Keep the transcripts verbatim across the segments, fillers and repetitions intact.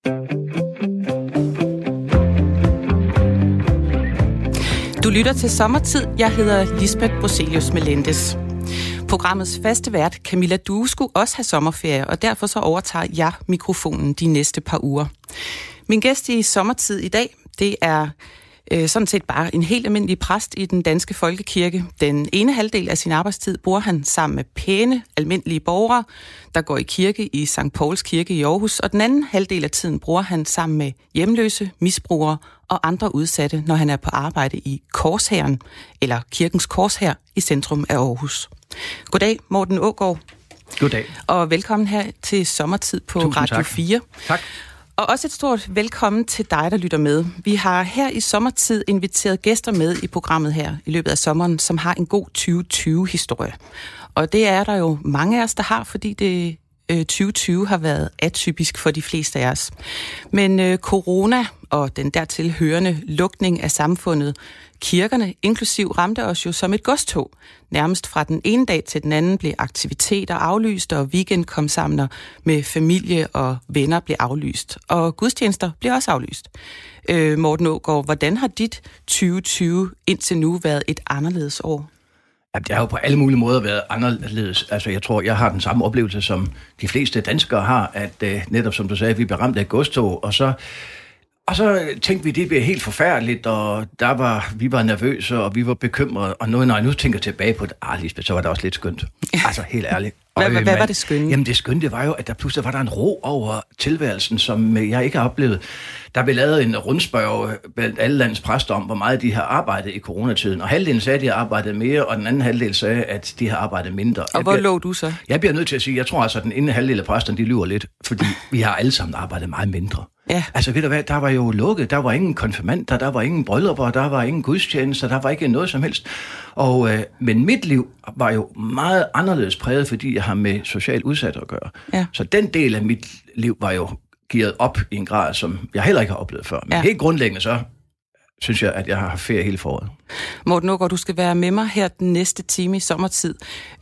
Du lytter til Sommertid. Jeg hedder Lisbeth Broselius Melendez. Programmets faste vært, Camilla Due, skulle også have sommerferie, og derfor så overtager jeg mikrofonen de næste par uger. Min gæst i Sommertid i dag, det er øh, sådan set bare en helt almindelig præst i den danske folkekirke. Den ene halvdel af sin arbejdstid bruger han sammen med pæne, almindelige borgere, der går i kirke i Sankt Pauls Kirke i Aarhus, og den anden halvdel af tiden bruger han sammen med hjemløse, misbrugere og andre udsatte, når han er på arbejde i Korshæren, eller Kirkens Korshær i centrum af Aarhus. Goddag, Morten Aagaard. Goddag. Og velkommen her til Sommertid på Tusind Radio tak. fire. Tak. Og også et stort velkommen til dig, der lytter med. Vi har her i Sommertid inviteret gæster med i programmet her i løbet af sommeren, som har en god tyve tyve-historie. Og det er der jo mange af os, der har, fordi det øh, tyve tyve har været atypisk for de fleste af os. Men øh, corona og den dertil hørende lukning af samfundet, kirkerne inklusiv, ramte os jo som et godstog. Nærmest fra den ene dag til den anden blev aktiviteter aflyst, og weekendkomsamler med familie og venner blev aflyst. Og gudstjenester blev også aflyst. Øh, Morten Aagaard, hvordan har dit tyve tyve indtil nu været et anderledes år? Ja, det har jo på alle mulige måder været anderledes. Altså, jeg tror, jeg har den samme oplevelse, som de fleste danskere har, at øh, netop som du sagde, vi blev ramt af et godstog, og så Og så tænkte vi, det blev helt forfærdeligt, og der var, vi var nervøse, og vi var bekymrede. Og nu, når jeg nu tænker tilbage på det, ah, Lisbeth, så var det også lidt skønt. Altså, helt ærligt. Hvad, og, hvad man, var det skønne? Jamen, det skønne, det var jo, at der pludselig var der en ro over tilværelsen, som jeg ikke har oplevet. Der blev lavet en rundspørg blandt alle landets præster om, hvor meget de har arbejdet i coronatiden. Og halvdelen sagde, at de har arbejdet mere, og den anden halvdel sagde, at de har arbejdet mindre. Og jeg hvor bliver, lå du så? Jeg bliver nødt til at sige, jeg tror altså, at den ene halvdel af præsterne, de lyver lidt, fordi vi har alle sammen arbejdet meget mindre. Ja. Altså ved du hvad, der var jo lukket, der var ingen konfirmander, der var ingen bryllupper, der var ingen gudstjenester, der var ikke noget som helst. Og, øh, men mit liv var jo meget anderledes præget, fordi jeg har med socialt udsatte at gøre. Ja. Så den del af mit liv var jo gearet op i en grad, som jeg heller ikke har oplevet før. Men ja. Helt grundlæggende så synes jeg, at jeg har haft ferie hele foråret. Morten Aagaard, du skal være med mig her den næste time i Sommertid.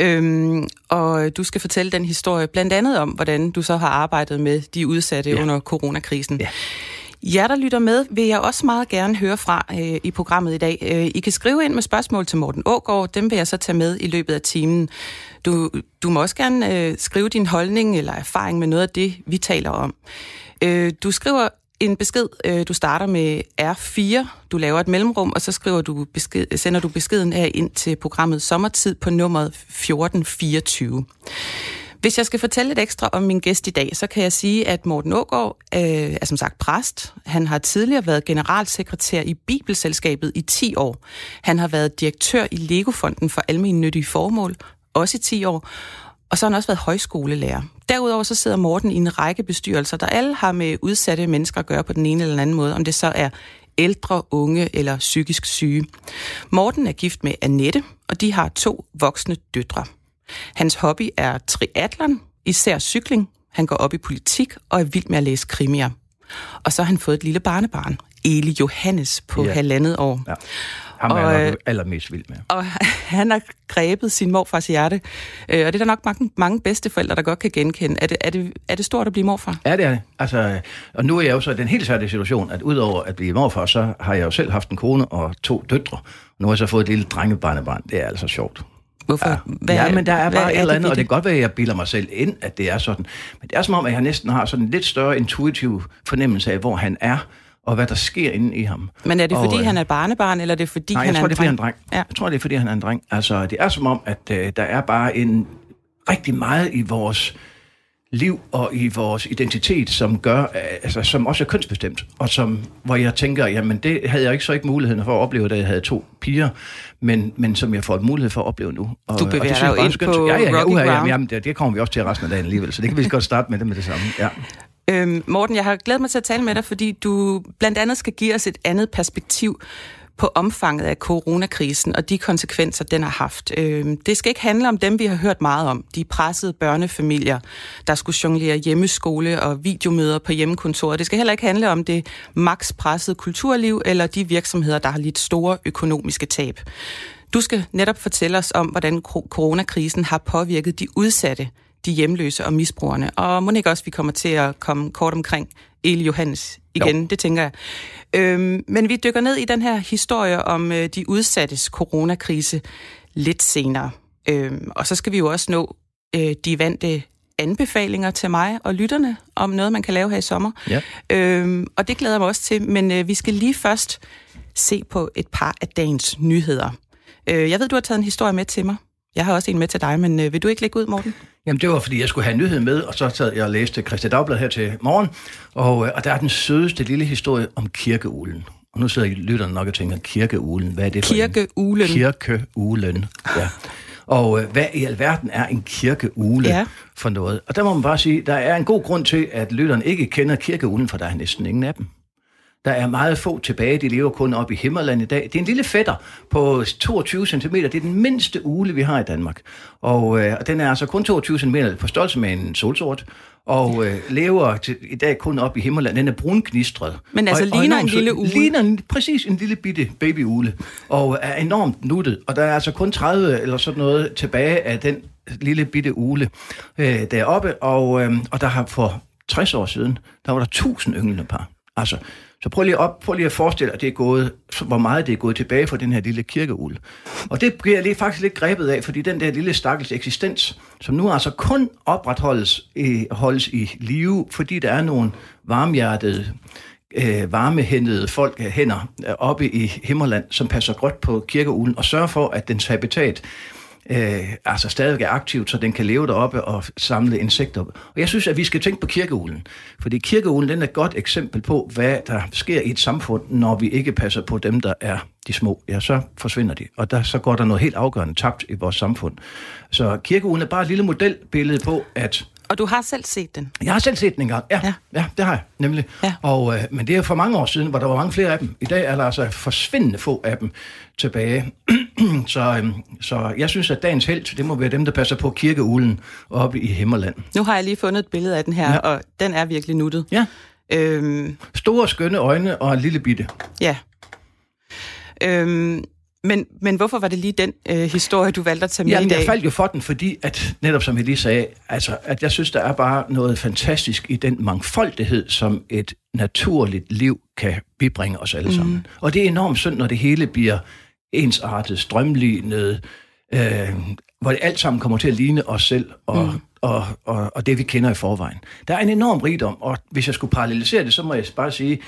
Øhm, og du skal fortælle den historie, blandt andet om, hvordan du så har arbejdet med de udsatte ja. under coronakrisen. Ja. Jer, der lytter med, vil jeg også meget gerne høre fra øh, i programmet i dag. Øh, I kan skrive ind med spørgsmål til Morten Aagaard, dem vil jeg så tage med i løbet af timen. Du, du må også gerne øh, skrive din holdning eller erfaring med noget af det, vi taler om. Øh, du skriver en besked, øh, du starter med R fire, du laver et mellemrum, og så skriver du besked, sender du beskeden her ind til programmet Sommertid på nummeret fjorten fireogtyve. Hvis jeg skal fortælle lidt ekstra om min gæst i dag, så kan jeg sige, at Morten Aagaard øh, er som sagt præst. Han har tidligere været generalsekretær i Bibelselskabet i ti år. Han har været direktør i Legofonden for almennyttige formål, også i ti år. Og så har han også været højskolelærer. Derudover så sidder Morten i en række bestyrelser, der alle har med udsatte mennesker at gøre på den ene eller den anden måde, om det så er ældre, unge eller psykisk syge. Morten er gift med Annette, og de har to voksne døtre. Hans hobby er triathlon, især cykling. Han går op i politik og er vild med at læse krimier. Og så har han fået et lille barnebarn, Eli Johannes, på ja. halvandet år. Ja. Ham er jeg nok allermest vild med. Og han har grebet sin morfars hjerte. Og det er der nok mange, mange bedsteforældre, der godt kan genkende. Er det, er, det, er det stort at blive morfar? Ja, det er det. Altså, og nu er jeg jo så i den helt særlige situation, at udover at blive morfar, så har jeg jo selv haft en kone og to døtre. Nu har jeg så fået et lille drengebarnebarn. Det er altså sjovt. Hvorfor? Ja, hvad, ja men der er bare et eller andet, og det kan godt være, at jeg bilder mig selv ind, at det er sådan. Men det er som om, at jeg næsten har sådan en lidt større intuitiv fornemmelse af, hvor han er, og hvad der sker inde i ham. Men er det fordi, og, han er barnebarn, eller er det fordi, nej, han jeg er tror, en det er, fordi han er en dreng? dreng. Ja. Jeg tror, det er, fordi han er en dreng. Altså, det er som om, at øh, der er bare en rigtig meget i vores liv og i vores identitet, som gør, altså, som også er kønsbestemt, og som, hvor jeg tænker, jamen det havde jeg ikke så ikke muligheden for at opleve, da jeg havde to piger, men, men som jeg får mulighed for at opleve nu. Og, du bevæger og dig jo ind på ja, ja, ja, Rocky uha, Ground. Jamen, det, det kommer vi også til resten af dagen alligevel, så det kan vi godt starte med det med det samme. Ja. Øhm, Morten, jeg har glædet mig til at tale med dig, fordi du blandt andet skal give os et andet perspektiv på omfanget af coronakrisen og de konsekvenser, den har haft. Det skal ikke handle om dem, vi har hørt meget om. De pressede børnefamilier, der skulle jonglere hjemmeskole og videomøder på hjemmekontoret. Det skal heller ikke handle om det maks pressede kulturliv eller de virksomheder, der har lidt store økonomiske tab. Du skal netop fortælle os om, hvordan coronakrisen har påvirket de udsatte, de hjemløse og misbrugerne. Og må ikke også, vi kommer til at komme kort omkring Eli Johannes igen, jo. Det tænker jeg. Øhm, men vi dykker ned i den her historie om øh, de udsattes coronakrise lidt senere. Øhm, og så skal vi jo også nå øh, de vante anbefalinger til mig og lytterne om noget, man kan lave her i sommer. Ja. Øhm, og det glæder jeg mig også til, men øh, vi skal lige først se på et par af dagens nyheder. Øh, jeg ved, du har taget en historie med til mig. Jeg har også en med til dig, men øh, vil du ikke lægge ud, Morten? Jamen, det var, fordi jeg skulle have en nyhed med, og så sad jeg og læste Kristeligt Dagblad her til morgen, og, og der er den sødeste lille historie om kirkeuglen. Og nu sidder lytterne nok og tænker, kirkeuglen, hvad er det for Kirkeuglen. en? Kirkeuglen, ja. Og øh, hvad i alverden er en kirkeugle ja. for noget? Og der må man bare sige, der er en god grund til, at lytterne ikke kender kirkeuglen, for der er næsten ingen af dem. Der er meget få tilbage, de lever kun oppe i Himmerland i dag. Det er en lille fætter på toogtyve centimeter. Det er den mindste ugle, vi har i Danmark. Og øh, den er altså kun toogtyve centimeter på størrelse med en solsort. Og øh, lever til, i dag kun op i Himmerland. Den er brungnistret. Men altså og, ligner og en lille ugle? Ligner en, præcis en lille bitte babyugle. Og er enormt nuttet. Og der er altså kun tredive eller sådan noget tilbage af den lille bitte ugle øh, deroppe. Og, øh, og der har for tres år siden, der var der tusind ynglende par. Altså, så prøv lige, op, prøv lige at forestille dig, at det er gået, hvor meget det er gået tilbage for den her lille kirkeugle. Og det bliver jeg lige, faktisk lidt grebet af, fordi den der lille stakkels eksistens, som nu altså kun opretholdes i, holdes i live, fordi der er nogle varmhjertede, øh, varmehændede folk, hænder oppe i Himmerland, som passer godt på kirkeuglen og sørger for, at dens habitat Øh, altså stadig er aktivt, så den kan leve deroppe og samle insekter. Og jeg synes, at vi skal tænke på kirkeuglen. Fordi kirkeuglen, den er et godt eksempel på, hvad der sker i et samfund, når vi ikke passer på dem, der er de små. Ja, så forsvinder de. Og der, så går der noget helt afgørende tabt i vores samfund. Så kirkeuglen er bare et lille modelbillede på, at... Og du har selv set den? Jeg har selv set den engang, ja. Ja, ja det har jeg nemlig. Ja. Og, øh, men det er for mange år siden, hvor der var mange flere af dem. I dag er der altså forsvindende få af dem tilbage. så, øh, så jeg synes, at dagens helt, det må være dem, der passer på kirkeuglen oppe i Himmerland. Nu har jeg lige fundet et billede af den her, ja. Og den er virkelig nuttet. Ja. Øhm... Store, skønne øjne og en lille bitte. Ja. Øhm... Men, men hvorfor var det lige den øh, historie, du valgte at tage med Jamen, i dag? Jeg faldt jo for den, fordi at, netop som jeg lige sagde, altså, at jeg synes, der er bare noget fantastisk i den mangfoldighed, som et naturligt liv kan bibringe os alle sammen. Mm. Og det er enormt synd, når det hele bliver ensartet, strømlignet, øh, hvor det alt sammen kommer til at ligne os selv og, mm. og, og, og det, vi kender i forvejen. Der er en enorm rigdom, og hvis jeg skulle parallelisere det, så må jeg bare sige,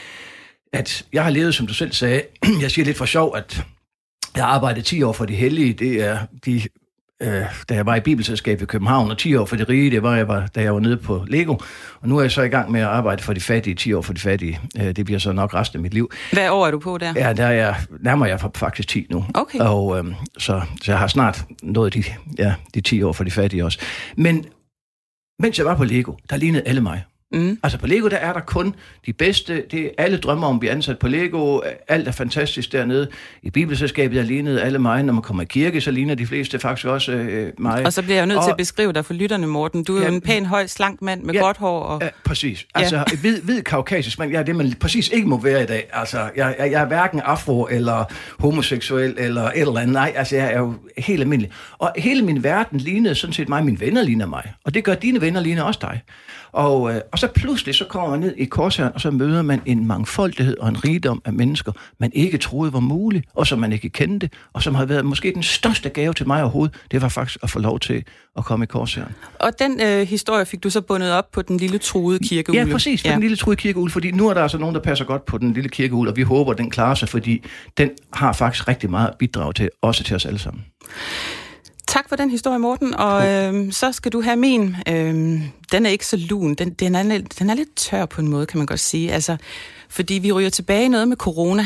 at jeg har levet, som du selv sagde, jeg siger lidt for sjov, at jeg har arbejdet ti år for de hellige, det er de, øh, da jeg var i Bibelselskabet i København, og ti år for de rige, det var, jeg var da jeg var nede på Lego. Og nu er jeg så i gang med at arbejde for de fattige, ti år for de fattige. Øh, det bliver så nok resten af mit liv. Hvad år er du på der? Ja, der er jeg, nærmer jeg faktisk ti nu. Okay. Og øh, så, så jeg har snart nået de, ja, de ti år for de fattige også. Men mens jeg var på Lego, der lignede alle mig. Mm. Altså på Lego, der er der kun de bedste, det er alle drømmer om at blive ansat på Lego, alt er fantastisk dernede. I Bibelselskabet, der lignede alle mig, når man kommer i kirke, så ligner de fleste faktisk også øh, mig. Og så bliver jeg jo nødt og, til at beskrive dig for lytterne, Morten. Du er ja, jo en pæn, høj, slank mand med ja, godt hår. Og... Ja, præcis. Altså, ja. hvid, hvid kaukasisk mand, ja, det man præcis ikke må være i dag. Altså, jeg, jeg, jeg er hverken afro eller homoseksuel eller et eller andet. Nej, altså, jeg er jo helt almindelig. Og hele min verden lignede sådan set mig, mine venner ligner mig. Og det gør dine venner ligner også dig. Og, øh, og så pludselig så kommer man ned i Korsherren, og så møder man en mangfoldighed og en rigdom af mennesker, man ikke troede var muligt, og som man ikke kendte, og som har været måske den største gave til mig overhovedet, det var faktisk at få lov til at komme i Korsherren. Og den øh, historie fik du så bundet op på den lille truede kirkeugle? Ja, præcis, på ja. den lille truede kirkeugle, fordi nu er der altså nogen, der passer godt på den lille kirkeugle, og vi håber, den klarer sig, fordi den har faktisk rigtig meget at bidrage til, også til os alle sammen. Tak for den historie, Morten, og øh, så skal du have min. Øh, den er ikke så lun, den, den, er, den er lidt tør på en måde, kan man godt sige. Altså, fordi vi ryger tilbage i noget med corona.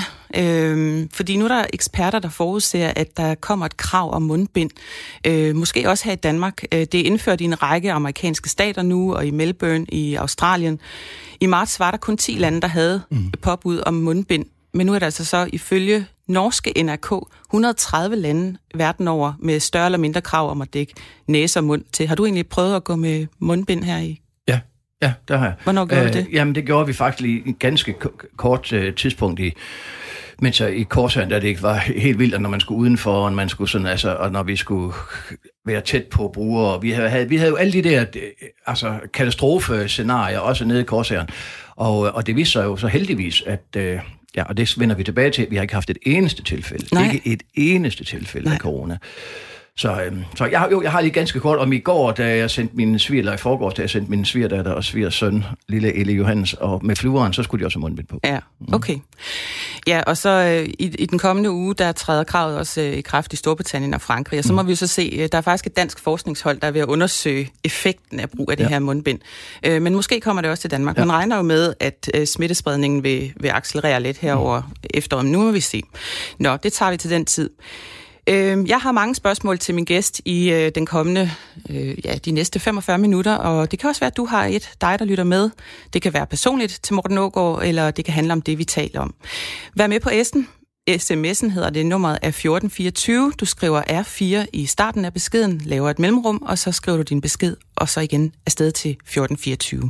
Øh, fordi nu er der eksperter, der forudser, at der kommer et krav om mundbind. Øh, måske også her i Danmark. Det er indført i en række amerikanske stater nu, og i Melbourne i Australien. I marts var der kun ti lande, der havde mm. påbud om mundbind. Men nu er der altså så ifølge norske N R K et hundrede og tredive lande verden over med større eller mindre krav om at dække næse og mund til. Har du egentlig prøvet at gå med mundbind her i? Ja, ja, det har jeg. Hvornår gjorde Æh, du det? Jamen, det gjorde vi faktisk i et ganske k- kort uh, tidspunkt i Men så i Korshavn, der det ikke var helt vildt, at når man skulle udenfor, og man skulle sådan, altså, og når vi skulle være tæt på brugere, vi havde, vi havde jo alle de der altså, katastrofescenarier, også nede i Korshavn. Og, og det viste sig jo så heldigvis, at, ja, og det vender vi tilbage til, vi har ikke haft et eneste tilfælde. Nej. Ikke et eneste tilfælde Nej. af corona. Så, øhm, så jeg, jo, jeg har lige ganske kort om i går, da jeg sendte min sviger, eller i forgårs, da jeg sendte min svigerdatter og svigersøn, lille Elle Johannes, og med flyveren, så skulle de også have mundbind på. Ja, okay. Ja, og så øh, i, i den kommende uge, der træder kravet også øh, i kraft i Storbritannien og Frankrig, og så mm. må vi jo så se, øh, der er faktisk et dansk forskningshold, der er ved at undersøge effekten af brug af det ja. her mundbind. Øh, men måske kommer det også til Danmark. Ja. Man regner jo med, at øh, smittespredningen vil, vil accelerere lidt herover mm. efteråret. Nu må vi se. Nå, det tager vi til den tid. Jeg har mange spørgsmål til min gæst i øh, den kommende, øh, ja, de næste femogfyrre minutter, og det kan også være, at du har et, dig der lytter med. Det kan være personligt til Morten Aagaard, eller det kan handle om det, vi taler om. Vær med på S'en. sms'en hedder det, nummeret er fjorten fireogtyve. Du skriver R fire i starten af beskeden, laver et mellemrum, og så skriver du din besked, og så igen afsted til fjorten fireogtyve.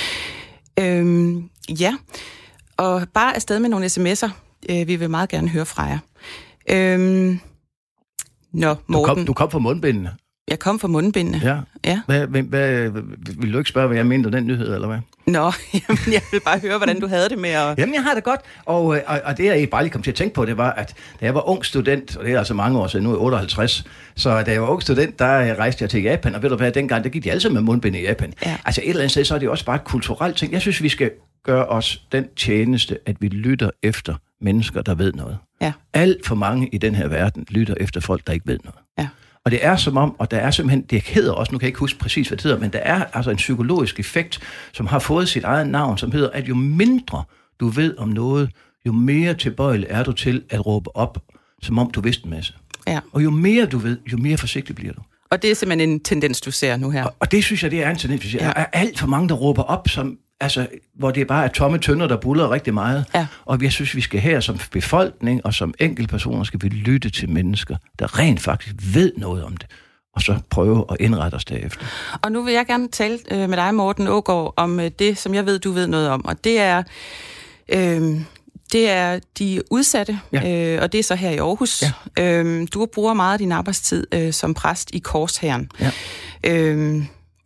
Øhm, ja, og bare afsted med nogle sms'er. Øh, vi vil meget gerne høre fra jer. Øhm, Nå, Morten. Du kom, du kom fra mundbindene. Jeg kom fra mundbindene. Ja. ja. Hvad, hvad, hvad, vil du ikke spørge, hvad jeg mente den nyhed, eller hvad? Nå, jamen, jeg vil bare høre, hvordan du havde det med at... Jamen, jeg har det godt, og, og, og det, jeg bare lige kom til at tænke på, det var, at da jeg var ung student, og det er altså mange år siden, nu er jeg otteoghalvtreds, så da jeg var ung student, der rejste jeg til Japan, og ved du hvad, dengang, der gik de alle sammen med mundbind i Japan. Ja. Altså et eller andet sted, så er det også bare et kulturelt ting. Jeg synes, vi skal gøre os den tjeneste, at vi lytter efter mennesker, der ved noget. Ja. Alt for mange i den her verden lytter efter folk, der ikke ved noget. Ja. Og det er som om, og der er simpelthen, det hedder også, nu kan jeg ikke huske præcis, hvad det hedder, men der er altså en psykologisk effekt, som har fået sit eget navn, som hedder, at jo mindre du ved om noget, jo mere tilbøjelig er du til at råbe op, som om du vidste en masse. Ja. Og jo mere du ved, jo mere forsigtig bliver du. Og det er simpelthen en tendens, du ser nu her. Og, og det synes jeg, det er en tendens, vi ser. Ja. Der er alt for mange, der råber op, som, altså, hvor det bare er tomme tønder, der buller rigtig meget. Ja. Og jeg synes, vi skal her som befolkning og som enkeltpersoner, skal vi lytte til mennesker, der rent faktisk ved noget om det, og så prøve at indrette os derefter. Og nu vil jeg gerne tale øh, med dig, Morten Aagaard, om øh, det, som jeg ved, du ved noget om, og det er... Øh, Det er de udsatte, ja. øh, og det er så her i Aarhus. Ja. Øhm, du bruger meget af din arbejdstid øh, som præst i Korshæren. Ja. Øhm,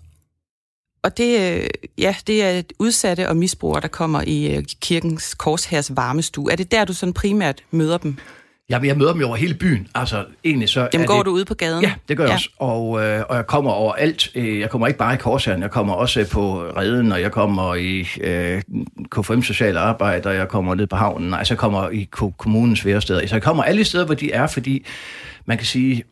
og det, ja, det er udsatte og misbrugere, der kommer i øh, kirkens Korshærs varmestue. Er det der, du sådan primært møder dem? Jamen, jeg møder dem jo over hele byen. Altså, egentlig så Jamen, går det... du ude på gaden? Ja, det gør jeg ja. også. Og, øh, og jeg kommer overalt. Jeg kommer ikke bare i Korshæren, jeg kommer også på Reden, og jeg kommer i øh, K F M Sociale Arbejde, og jeg kommer ned på havnen. Altså, jeg kommer i kommunens væresteder. Så jeg kommer alle steder, hvor de er, fordi man kan sige...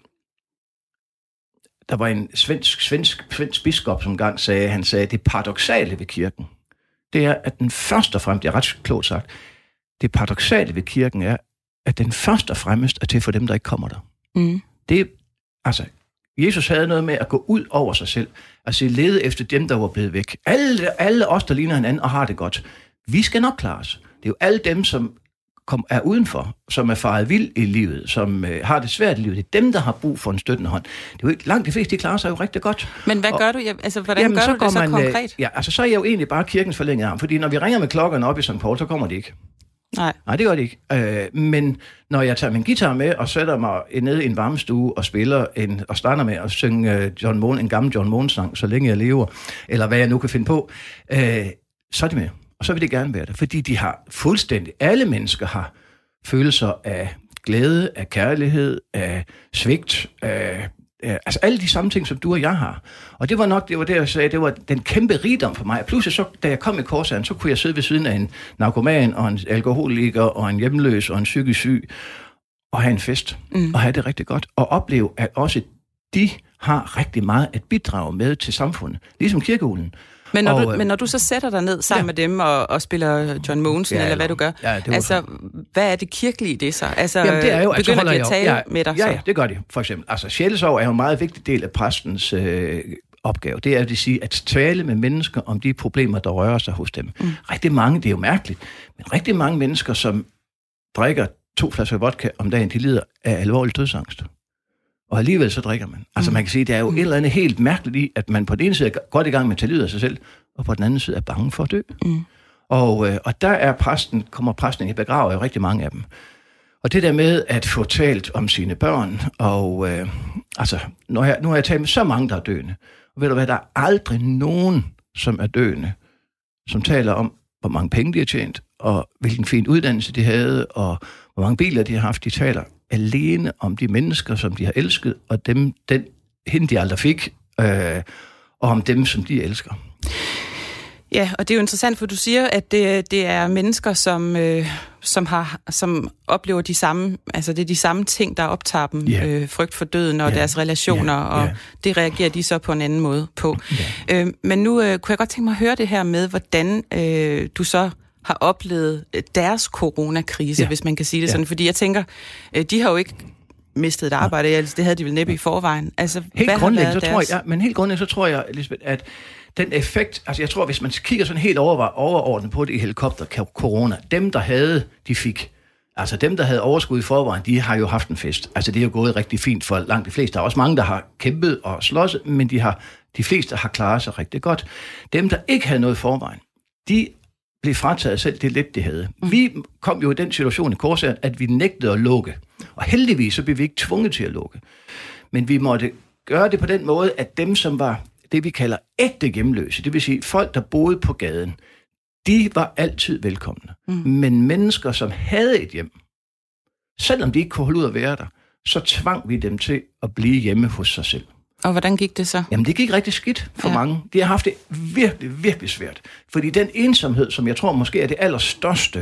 Der var en svensk, svensk, svensk biskop, som engang sagde, han sagde, det paradoksale ved kirken, det er, at den først og fremmest, det er ret klogt sagt, det paradoksale ved kirken er, at den først og fremmest er til for dem, der ikke kommer der. Mm. Det, altså, Jesus havde noget med at gå ud over sig selv, altså lede efter dem, der var blevet væk. Alle, alle os, der ligner hinanden og har det godt. Vi skal nok klare os. Det er jo alle dem, som kom, er udenfor, som er faret vild i livet, som øh, har det svært i livet. Det er dem, der har brug for en støttende hånd. Det er jo ikke langt de fleste, de klarer sig jo rigtig godt. Men hvad og, gør du? Altså, hvordan jamen, gør du det så man, konkret? Ja, altså, så er jeg jo egentlig bare kirkens forlængede arm, fordi når vi ringer med klokkerne op i Sankt Paul, så kommer de ikke. Nej. Nej, det gør det ikke. Øh, men når jeg tager min guitar med og sætter mig ned i en varmestue og spiller en, og starter med at synge John Moen, en gammel John Moen-sang, så længe jeg lever, eller hvad jeg nu kan finde på, øh, så er de med. Og så vil det gerne være der, fordi de har fuldstændig, alle mennesker har følelser af glæde, af kærlighed, af svigt, af altså alle de samme ting, som du og jeg har. Og det var nok, det var det, jeg sagde, det var den kæmpe rigdom for mig. Pludselig så, da jeg kom i Korshæren, så kunne jeg sidde ved siden af en narkoman, og en alkoholiker, og en hjemløs, og en psykisk syg, og have en fest, mm. og have det rigtig godt, og opleve, at også de har rigtig meget at bidrage med til samfundet, ligesom kirkehulen. Men når, og, du, men når du så sætter dig ned sammen ja. med dem og, og spiller John Mogensen, ja, eller hvad du gør, ja, altså, hvad er det kirkelige i det så? Altså, jamen, det er jo, begynder altså, de at tale ja, med dig? Ja, så? ja, det gør de, for eksempel. Altså, sjælesorg er jo en meget vigtig del af præstens øh, opgave. Det er at sige, at tale med mennesker om de problemer, der rører sig hos dem. Mm. Rigtig mange, det er jo mærkeligt, men rigtig mange mennesker, som drikker to flasker vodka om dagen, de lider af alvorlig dødsangst. Og alligevel så drikker man. Altså, man kan sige, det er jo et eller andet helt mærkeligt i, at man på den ene side er godt i gang med at tage livet af sig selv, og på den anden side er bange for at dø. Mm. Og, øh, og der er præsten, kommer præsten, jeg begraver jo rigtig mange af dem. Og det der med at få talt om sine børn, og øh, altså, når jeg, nu har jeg talt med så mange, der er døende, og ved du hvad, der er aldrig nogen, som er døende, som taler om, hvor mange penge de har tjent, og hvilken fin uddannelse de havde, og hvor mange biler de har haft. De taler alene om de mennesker, som de har elsket, og dem, den, hende de aldrig fik, øh, og om dem, som de elsker. Ja, og det er jo interessant, for du siger, at det, det er mennesker, som, øh, som, har, som oplever de samme, altså det er de samme ting, der optager dem, yeah. øh, frygt for døden og yeah. deres relationer, yeah. og yeah. det reagerer de så på en anden måde på. Yeah. Øh, men nu øh, kunne jeg godt tænke mig at høre det her med, hvordan øh, du så har oplevet deres coronakrise, yeah. hvis man kan sige det yeah. sådan, fordi jeg tænker, øh, de har jo ikke mistet et arbejde, ja. det havde de vel næppe i forvejen. Altså, helt hvad grundlæggende, har så tror jeg, ja, men helt grundlæggende, så tror jeg, Elisabeth, at den effekt, altså jeg tror, hvis man kigger sådan helt over, overordnet på det i helikopter, corona, dem, der havde, de fik. Altså dem, der havde overskud i forvejen, de har jo haft en fest. Altså det er jo gået rigtig fint for langt de fleste. Der er også mange, der har kæmpet og slås, men de, har, de fleste har klaret sig rigtig godt. Dem, der ikke havde noget i forvejen, de blev frataget selv det lidt, de havde. Mm. Vi kom jo i den situation i Korsæren, at vi nægtede at lukke. Og heldigvis så blev vi ikke tvunget til at lukke. Men vi måtte gøre det på den måde, at dem, som var det, vi kalder ægte hjemløse, det vil sige folk, der boede på gaden, de var altid velkomne. Mm. Men mennesker, som havde et hjem, selvom de ikke kunne holde ud at være der, så tvang vi dem til at blive hjemme hos sig selv. Og hvordan gik det så? Jamen, det gik rigtig skidt for ja. mange. De har haft det virkelig, virkelig svært. Fordi den ensomhed, som jeg tror måske er det allerstørste,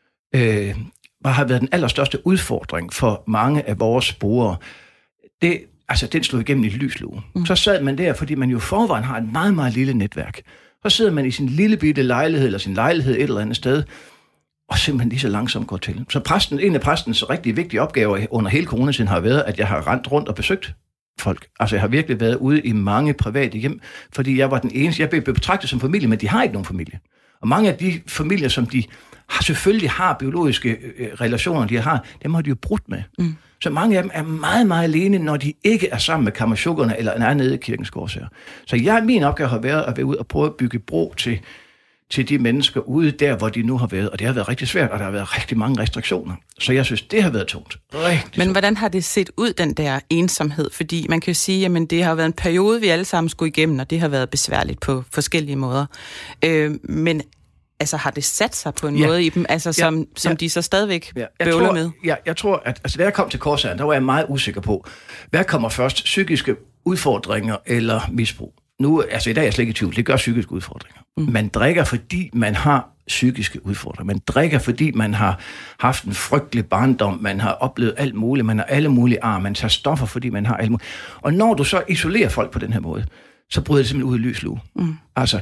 øh, har været den allerstørste udfordring for mange af vores brugere, det, altså, den slog igennem i lyslue. Mm. Så sad man der, fordi man jo forvejen har et meget, meget lille netværk. Så sidder man i sin lille bitte lejlighed, eller sin lejlighed et eller andet sted, og simpelthen lige så langsomt går til. Så præsten, en af præstens rigtig vigtige opgaver under hele coronatiden har været, at jeg har rendt rundt og besøgt folk. Altså, jeg har virkelig været ude i mange private hjem, fordi jeg var den eneste. Jeg blev betragtet som familie, men de har ikke nogen familie. Og mange af de familier, som de har, selvfølgelig har biologiske øh, relationer, de har, dem har de jo brudt med. Mm. Så mange af dem er meget, meget alene, når de ikke er sammen med kammerchukkerne eller er nede i Kirkens Korshær. Så jeg, min opgave har været at være ud og prøve at bygge bro til, til de mennesker ude der, hvor de nu har været. Og det har været rigtig svært, og der har været rigtig mange restriktioner. Så jeg synes, det har været tungt. Rigtig Men tungt. Hvordan har det set ud, den der ensomhed? Fordi man kan jo sige, at det har været en periode, vi alle sammen skulle igennem, og det har været besværligt på forskellige måder. Øh, men altså, har det sat sig på en ja. måde i dem, altså, som, ja. som ja. de så stadigvæk ja. bøvler tror, med? Ja, jeg tror, at altså, da jeg kom til Korshæren, der var jeg meget usikker på, hvad kommer først? Psykiske udfordringer eller misbrug? Nu, altså i dag er jeg slet ikke i tvivl, det gør psykiske udfordringer. Mm. Man drikker, fordi man har psykiske udfordringer. Man drikker, fordi man har haft en frygtelig barndom, man har oplevet alt muligt, man har alle mulige ar, man tager stoffer, fordi man har alt muligt. Og når du så isolerer folk på den her måde, så bryder det simpelthen ud i lyslue. Mm. Altså,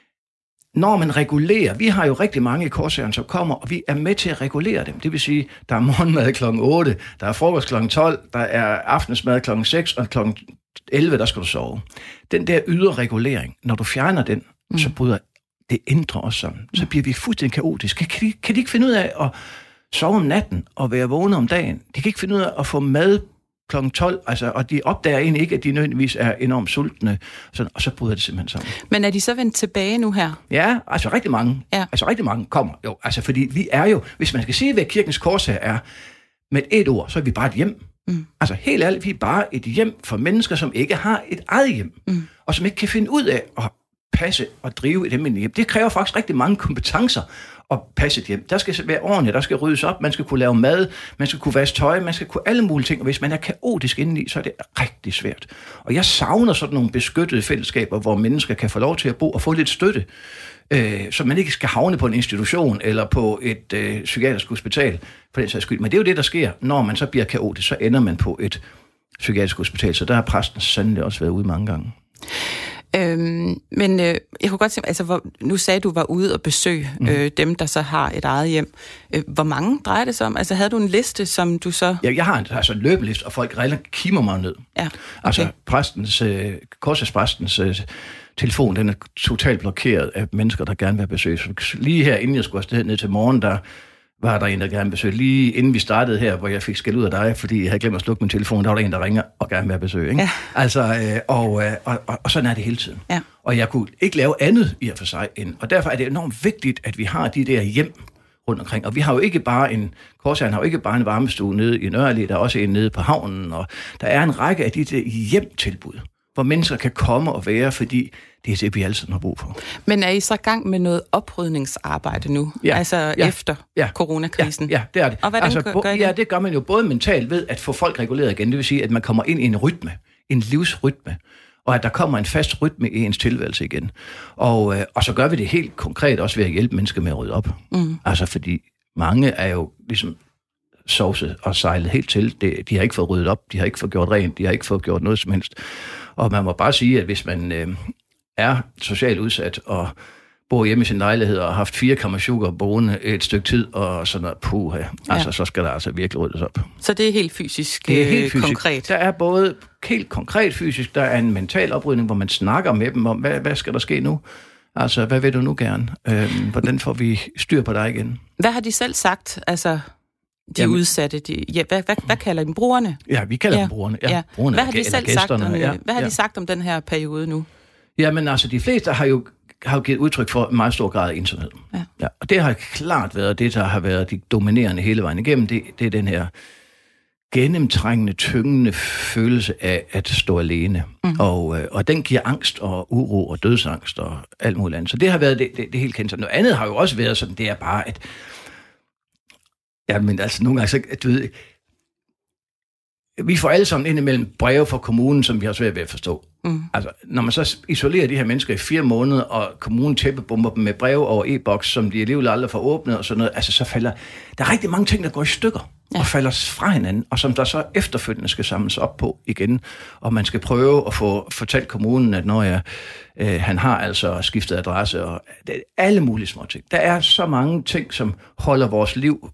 når man regulerer, vi har jo rigtig mange i Korshæren, som kommer, og vi er med til at regulere dem. Det vil sige, der er morgenmad klokken otte, der er frokost klokken tolv, der er aftensmad klokken seks, og klokken elleve, der skal du sove. Den der ydre regulering, når du fjerner den, mm. så bryder det ændrer os sammen. Så bliver vi fuldstændig kaotisk. Kan, kan, de, kan de ikke finde ud af at sove om natten og være vågne om dagen? De kan ikke finde ud af at få mad klokken tolv, altså, og de opdager egentlig ikke, at de nødvendigvis er enormt sultne, sådan, og så bryder det simpelthen sammen. Men er de så vendt tilbage nu her? Ja, altså rigtig mange. Ja. Altså rigtig mange kommer jo. Altså fordi vi er jo, hvis man skal sige, hvad Kirkens Korshær er, med et ord, så er vi bare et hjem. Mm. Altså helt ærligt, vi er bare et hjem for mennesker, som ikke har et eget hjem, mm. og som ikke kan finde ud af at passe og drive et almindeligt hjem. Det kræver faktisk rigtig mange kompetencer at passe et hjem. Der skal være ordentligt, der skal ryddes op, man skal kunne lave mad, man skal kunne vaske tøj, man skal kunne alle mulige ting, og hvis man er kaotisk indeni, så er det rigtig svært. Og jeg savner sådan nogle beskyttede fællesskaber, hvor mennesker kan få lov til at bo og få lidt støtte, øh, så man ikke skal havne på en institution eller på et øh, psykiatrisk hospital, for den sags skyld. Men det er jo det, der sker, når man så bliver kaotisk, så ender man på et psykiatrisk hospital, så der har præsten sandelig også været ude mange gange. Øhm, men øh, jeg kunne godt tænke, altså hvor, nu sagde du var ude og besøge mm. øh, dem, der så har et eget hjem. Øh, hvor mange drejer det sig om? Altså havde du en liste, som du så... Ja, jeg har en, altså en løbeliste, og folk relativt kimer mig ned. Ja, okay. Altså præstens, øh, Korshærspræstens øh, telefon, den er totalt blokeret af mennesker, der gerne vil have besøg. Så lige her, inden jeg skulle afsted ned til morgen, der var der en, der gerne besøg. Lige inden vi startede her, hvor jeg fik skæld ud af dig, fordi jeg havde glemt at slukke min telefon, der var der en, der ringer og gerne vil have besøg. Ikke? Ja. Altså, øh, og, øh, og, og, og sådan er det hele tiden. Ja. Og jeg kunne ikke lave andet i og for sig. End, og derfor er det enormt vigtigt, at vi har de der hjem rundt omkring. Og vi har jo ikke bare en, Korsaren har jo ikke bare en varmestue nede i Nørre Allé, der er også en nede på havnen, og der er en række af de der hjemtilbud, hvor mennesker kan komme og være, fordi det er det, vi altid har brug for. Men er I så i gang med noget oprydningsarbejde nu? Ja, altså ja, efter ja, coronakrisen? Ja, ja, det er det. Og hvordan altså, gør, bo, gør I ja, det? det gør man jo både mentalt ved at få folk reguleret igen. Det vil sige, at man kommer ind i en rytme, en livsrytme, og at der kommer en fast rytme i ens tilværelse igen. Og, øh, og så gør vi det helt konkret også ved at hjælpe mennesker med at rydde op. Mm. Altså fordi mange er jo ligesom sovset og sejlet helt til. Det, de har ikke fået ryddet op, de har ikke fået gjort rent, de har ikke fået gjort noget som helst. Og man må bare sige, at hvis man øh, er socialt udsat og bor hjemme i sin lejlighed og har haft fire kammersugar boende et stykke tid og sådan noget, puha, ja. altså så skal der altså virkelig ryddes op. Så det er helt fysisk, det er helt fysisk. Konkret? Der er både helt konkret fysisk, der er en mental oprydning, hvor man snakker med dem om, hvad, hvad skal der ske nu? Altså, hvad vil du nu gerne? Øhm, hvordan får vi styr på dig igen? Hvad har de selv sagt, altså de Jamen, udsatte? De, ja, hvad, hvad, hvad kalder de dem? Brugerne? Ja, vi kalder ja. dem brugerne. Ja, ja. brugerne hvad har de selv sagt om, ja, hvad har ja. de sagt om den her periode nu? Jamen altså, de fleste har jo har jo givet udtryk for en meget stor grad af ensomhed. Ja. Ja, og det har klart været det, der har været de dominerende hele vejen igennem. Det, det er den her gennemtrængende, tyngende følelse af at stå alene. Mm. Og, og den giver angst og uro og dødsangst og alt muligt andet. Så det har været det, det, det helt kendt. Noget andet har jo også været sådan, det er bare, at ja, men altså nogle gange, så, du ved, vi får alle sammen indimellem breve fra kommunen, som vi har svært ved at forstå. Mm. Altså, når man så isolerer de her mennesker i fire måneder, og kommunen tæppebomber dem med breve over e-boks, som de alligevel aldrig får åbnet og sådan noget, altså så falder der er rigtig mange ting, der går i stykker ja. og falder fra hinanden, og som der så efterfølgende skal samles op på igen, og man skal prøve at få fortalt kommunen, at når jeg, øh, han har altså skiftet adresse, og det, alle mulige små ting. Der er så mange ting, som holder vores liv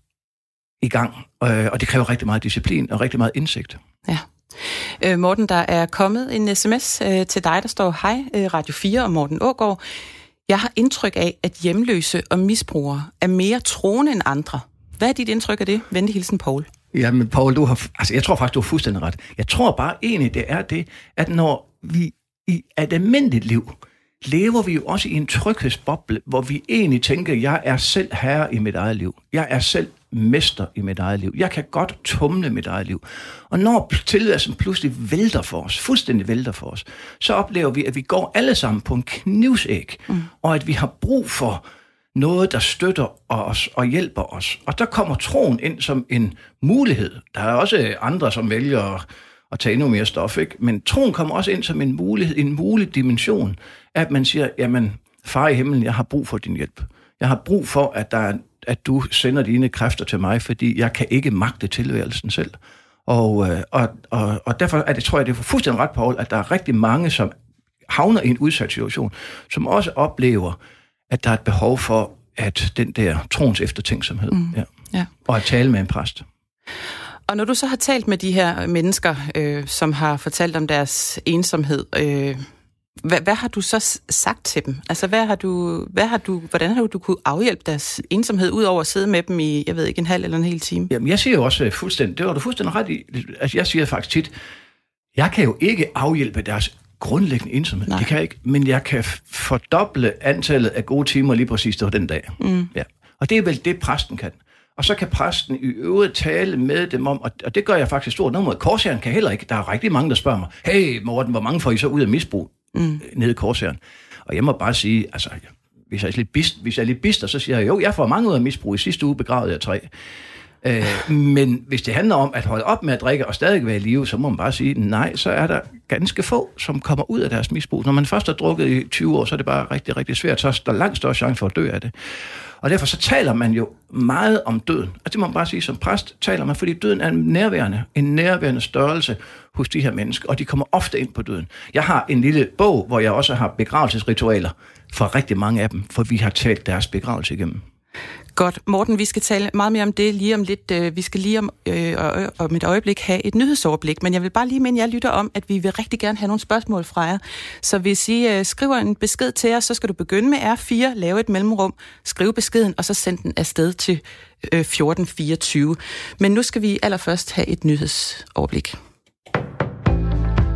i gang, øh, og det kræver rigtig meget disciplin og rigtig meget indsigt. Ja. Øh, Morten, der er kommet en sms øh, til dig, der står, hej øh, Radio fire og Morten Aagaard. Jeg har indtryk af, at hjemløse og misbrugere er mere troende end andre. Hvad er dit indtryk af det? Venlig hilsen, Poul. Jamen, Poul, du har, altså, jeg tror faktisk, du har fuldstændig ret. Jeg tror bare egentlig, det er det, at når vi i et almindeligt liv lever vi jo også i en tryghedsboble, hvor vi egentlig tænker, jeg er selv herre i mit eget liv. Jeg er selv mester i mit eget liv. Jeg kan godt tumle mit eget liv. Og når tilværelsen pludselig vælter for os, fuldstændig vælter for os, så oplever vi, at vi går alle sammen på en knivsæg, mm. og at vi har brug for noget, der støtter os og hjælper os. Og der kommer troen ind som en mulighed. Der er også andre, som vælger at tage endnu mere stof, ikke? Men troen kommer også ind som en mulighed, en mulig dimension, at man siger, jamen, far i himlen, jeg har brug for din hjælp. Jeg har brug for, at, der er, at du sender dine kræfter til mig, fordi jeg kan ikke magte tilværelsen selv. Og, og, og, og derfor er det, tror jeg, det er fuldstændig ret, Poul, at der er rigtig mange, som havner i en udsat situation, som også oplever, at der er et behov for, at den der troens eftertænksomhed, mm. ja, ja. og at tale med en præst. Og når du så har talt med de her mennesker, øh, som har fortalt om deres ensomhed, øh, hvad, hvad har du så sagt til dem? Altså, hvad har du, hvad har du, hvordan har du kunne afhjælpe deres ensomhed, ud over at sidde med dem i, jeg ved ikke, en halv eller en hel time? Jamen, jeg siger jo også fuldstændig, det var du fuldstændig ret i, altså jeg siger faktisk tit, jeg kan jo ikke afhjælpe deres grundlæggende ensomhed. Nej. Det kan jeg ikke, men jeg kan fordoble antallet af gode timer lige præcis på den dag. Mm. Ja. Og det er vel det, præsten kan. Og så kan præsten i øvrigt tale med dem om, og det gør jeg faktisk stort nummer. Korsaren kan heller ikke. Der er rigtig mange, der spørger mig, hey Morten, hvor mange får I så ud af misbrug mm. nede i Korsaren? Og jeg må bare sige, altså, hvis jeg er lidt bist, hvis jeg er lidt bister, så siger jeg, jo, jeg får mange ud af misbrug. I sidste uge begravede jeg tre. Øh, men hvis det handler om at holde op med at drikke og stadig være i live, så må man bare sige, nej, så er der ganske få, som kommer ud af deres misbrug. Når man først har drukket i tyve år, så er det bare rigtig, rigtig svært. Så er der langt større chance for at dø af det. Og derfor så taler man jo meget om døden. Og det må man bare sige, som præst taler man, fordi døden er en nærværende, en nærværende størrelse hos de her mennesker, og de kommer ofte ind på døden. Jeg har en lille bog, hvor jeg også har begravelsesritualer for rigtig mange af dem, for vi har talt deres begravelse igennem. Godt. Morten, vi skal tale meget mere om det lige om lidt. Vi skal lige om, øh, om et øjeblik have et nyhedsoverblik, men jeg vil bare lige minde jer lytter om, at vi vil rigtig gerne have nogle spørgsmål fra jer. Så hvis I øh, skriver en besked til os, så skal du begynde med R fire, lave et mellemrum, skrive beskeden, og så sende den afsted til øh, fjorten fireogtyve. Men nu skal vi allerførst have et nyhedsoverblik.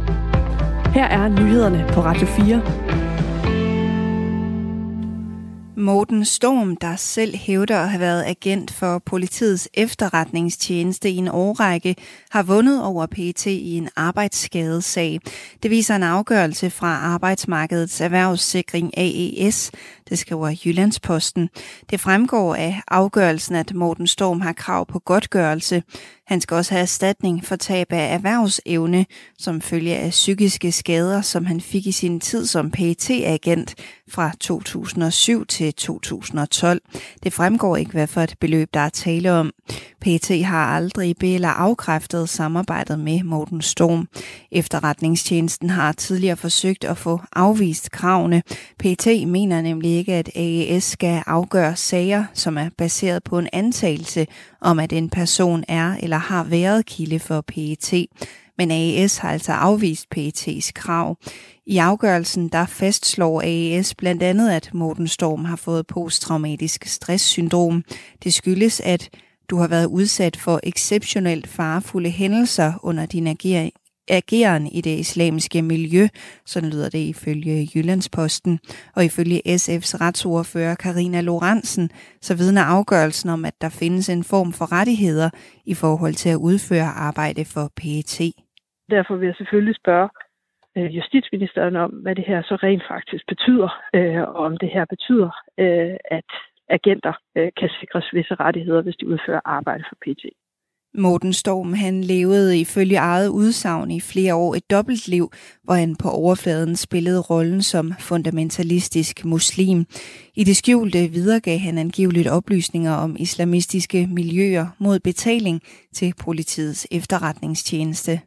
Her er nyhederne på Radio fire. Morten Storm, der selv hævder at have været agent for politiets efterretningstjeneste i en årrække, har vundet over P E T i en arbejdsskadesag. Det viser en afgørelse fra Arbejdsmarkedets Erhvervssikring A E S, det skriver Jyllandsposten. Det fremgår af afgørelsen, at Morten Storm har krav på godtgørelse. Han skal også have erstatning for tab af erhvervsevne, som følge af psykiske skader, som han fik i sin tid som P E T-agent fra to tusind og syv til to tusind og tolv. Det fremgår ikke, hvad for et beløb der er tale om. P E T har aldrig be- eller afkræftet samarbejdet med Morten Storm. Efterretningstjenesten har tidligere forsøgt at få afvist kravene. P E T mener nemlig ikke, at A E S skal afgøre sager, som er baseret på en antagelse om, at en person er eller har været kilde for P E T. Men A E S har altså afvist P E T's krav. I afgørelsen der fastslår A E S blandt andet, at Morten Storm har fået posttraumatisk stresssyndrom. Det skyldes, at du har været udsat for exceptionelt farefulde hændelser under din agering. ageren i det islamiske miljø, sådan lyder det ifølge Jyllandsposten. Og ifølge S F's retsordfører Karina Lorentzen, så vidner afgørelsen om, at der findes en form for rettigheder i forhold til at udføre arbejde for P E T. Derfor vil jeg selvfølgelig spørge justitsministeren om, hvad det her så rent faktisk betyder, og om det her betyder, at agenter kan sikres visse rettigheder, hvis de udfører arbejde for P E T. Morten Storm, han levede ifølge eget udsagn i flere år et dobbeltliv, hvor han på overfladen spillede rollen som fundamentalistisk muslim. I det skjulte videregav han angiveligt oplysninger om islamistiske miljøer mod betaling til politiets efterretningstjeneste.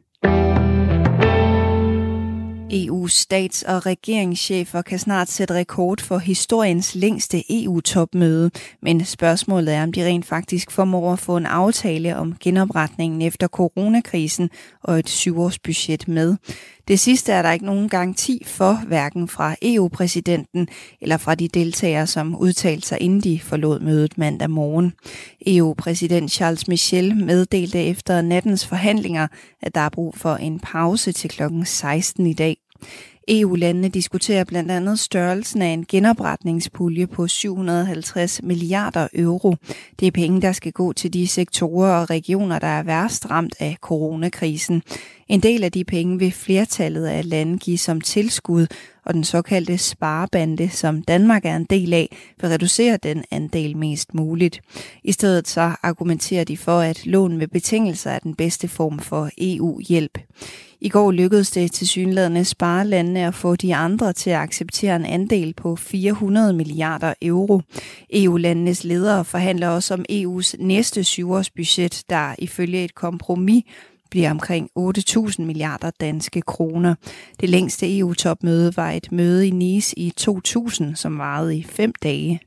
E U's stats- og regeringschefer kan snart sætte rekord for historiens længste E U-topmøde, men spørgsmålet er, om de rent faktisk formår at få en aftale om genopretningen efter coronakrisen og et syvårsbudget med. Det sidste er der ikke nogen garanti for, hverken fra E U-præsidenten eller fra de deltagere, som udtalte sig, inden de forlod mødet mandag morgen. E U-præsident Charles Michel meddelte efter nattens forhandlinger, at der er brug for en pause til klokken seksten i dag. E U-landene diskuterer blandt andet størrelsen af en genopretningspulje på syv hundrede og halvtreds milliarder euro. Det er penge, der skal gå til de sektorer og regioner, der er værst ramt af coronakrisen. En del af de penge vil flertallet af lande give som tilskud, og den såkaldte sparebande, som Danmark er en del af, vil reducere den andel mest muligt. I stedet så argumenterer de for, at lån med betingelser er den bedste form for E U-hjælp. I går lykkedes det tilsyneladende sparelandene at få de andre til at acceptere en andel på fire hundrede milliarder euro. E U-landenes ledere forhandler også om E U's næste syvårsbudget, der ifølge et kompromis bliver omkring otte tusind milliarder danske kroner. Det længste E U-topmøde var et møde i Nice i to tusind, som varede i fem dage.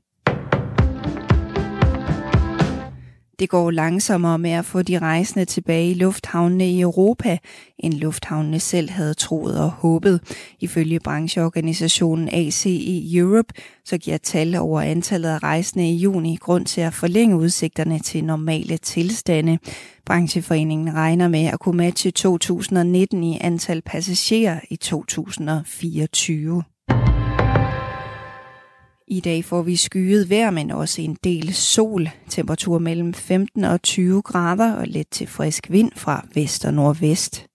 Det går langsommere med at få de rejsende tilbage i lufthavnene i Europa, end lufthavnene selv havde troet og håbet. Ifølge brancheorganisationen A C E Europe, så giver tal over antallet af rejsende i juni grund til at forlænge udsigterne til normale tilstande. Brancheforeningen regner med at kunne matche to tusind og nitten i antal passagerer i to tusind og fireogtyve. I dag får vi skyet vejr, men også en del sol. Temperatur mellem femten og tyve grader og let til frisk vind fra vest og nordvest.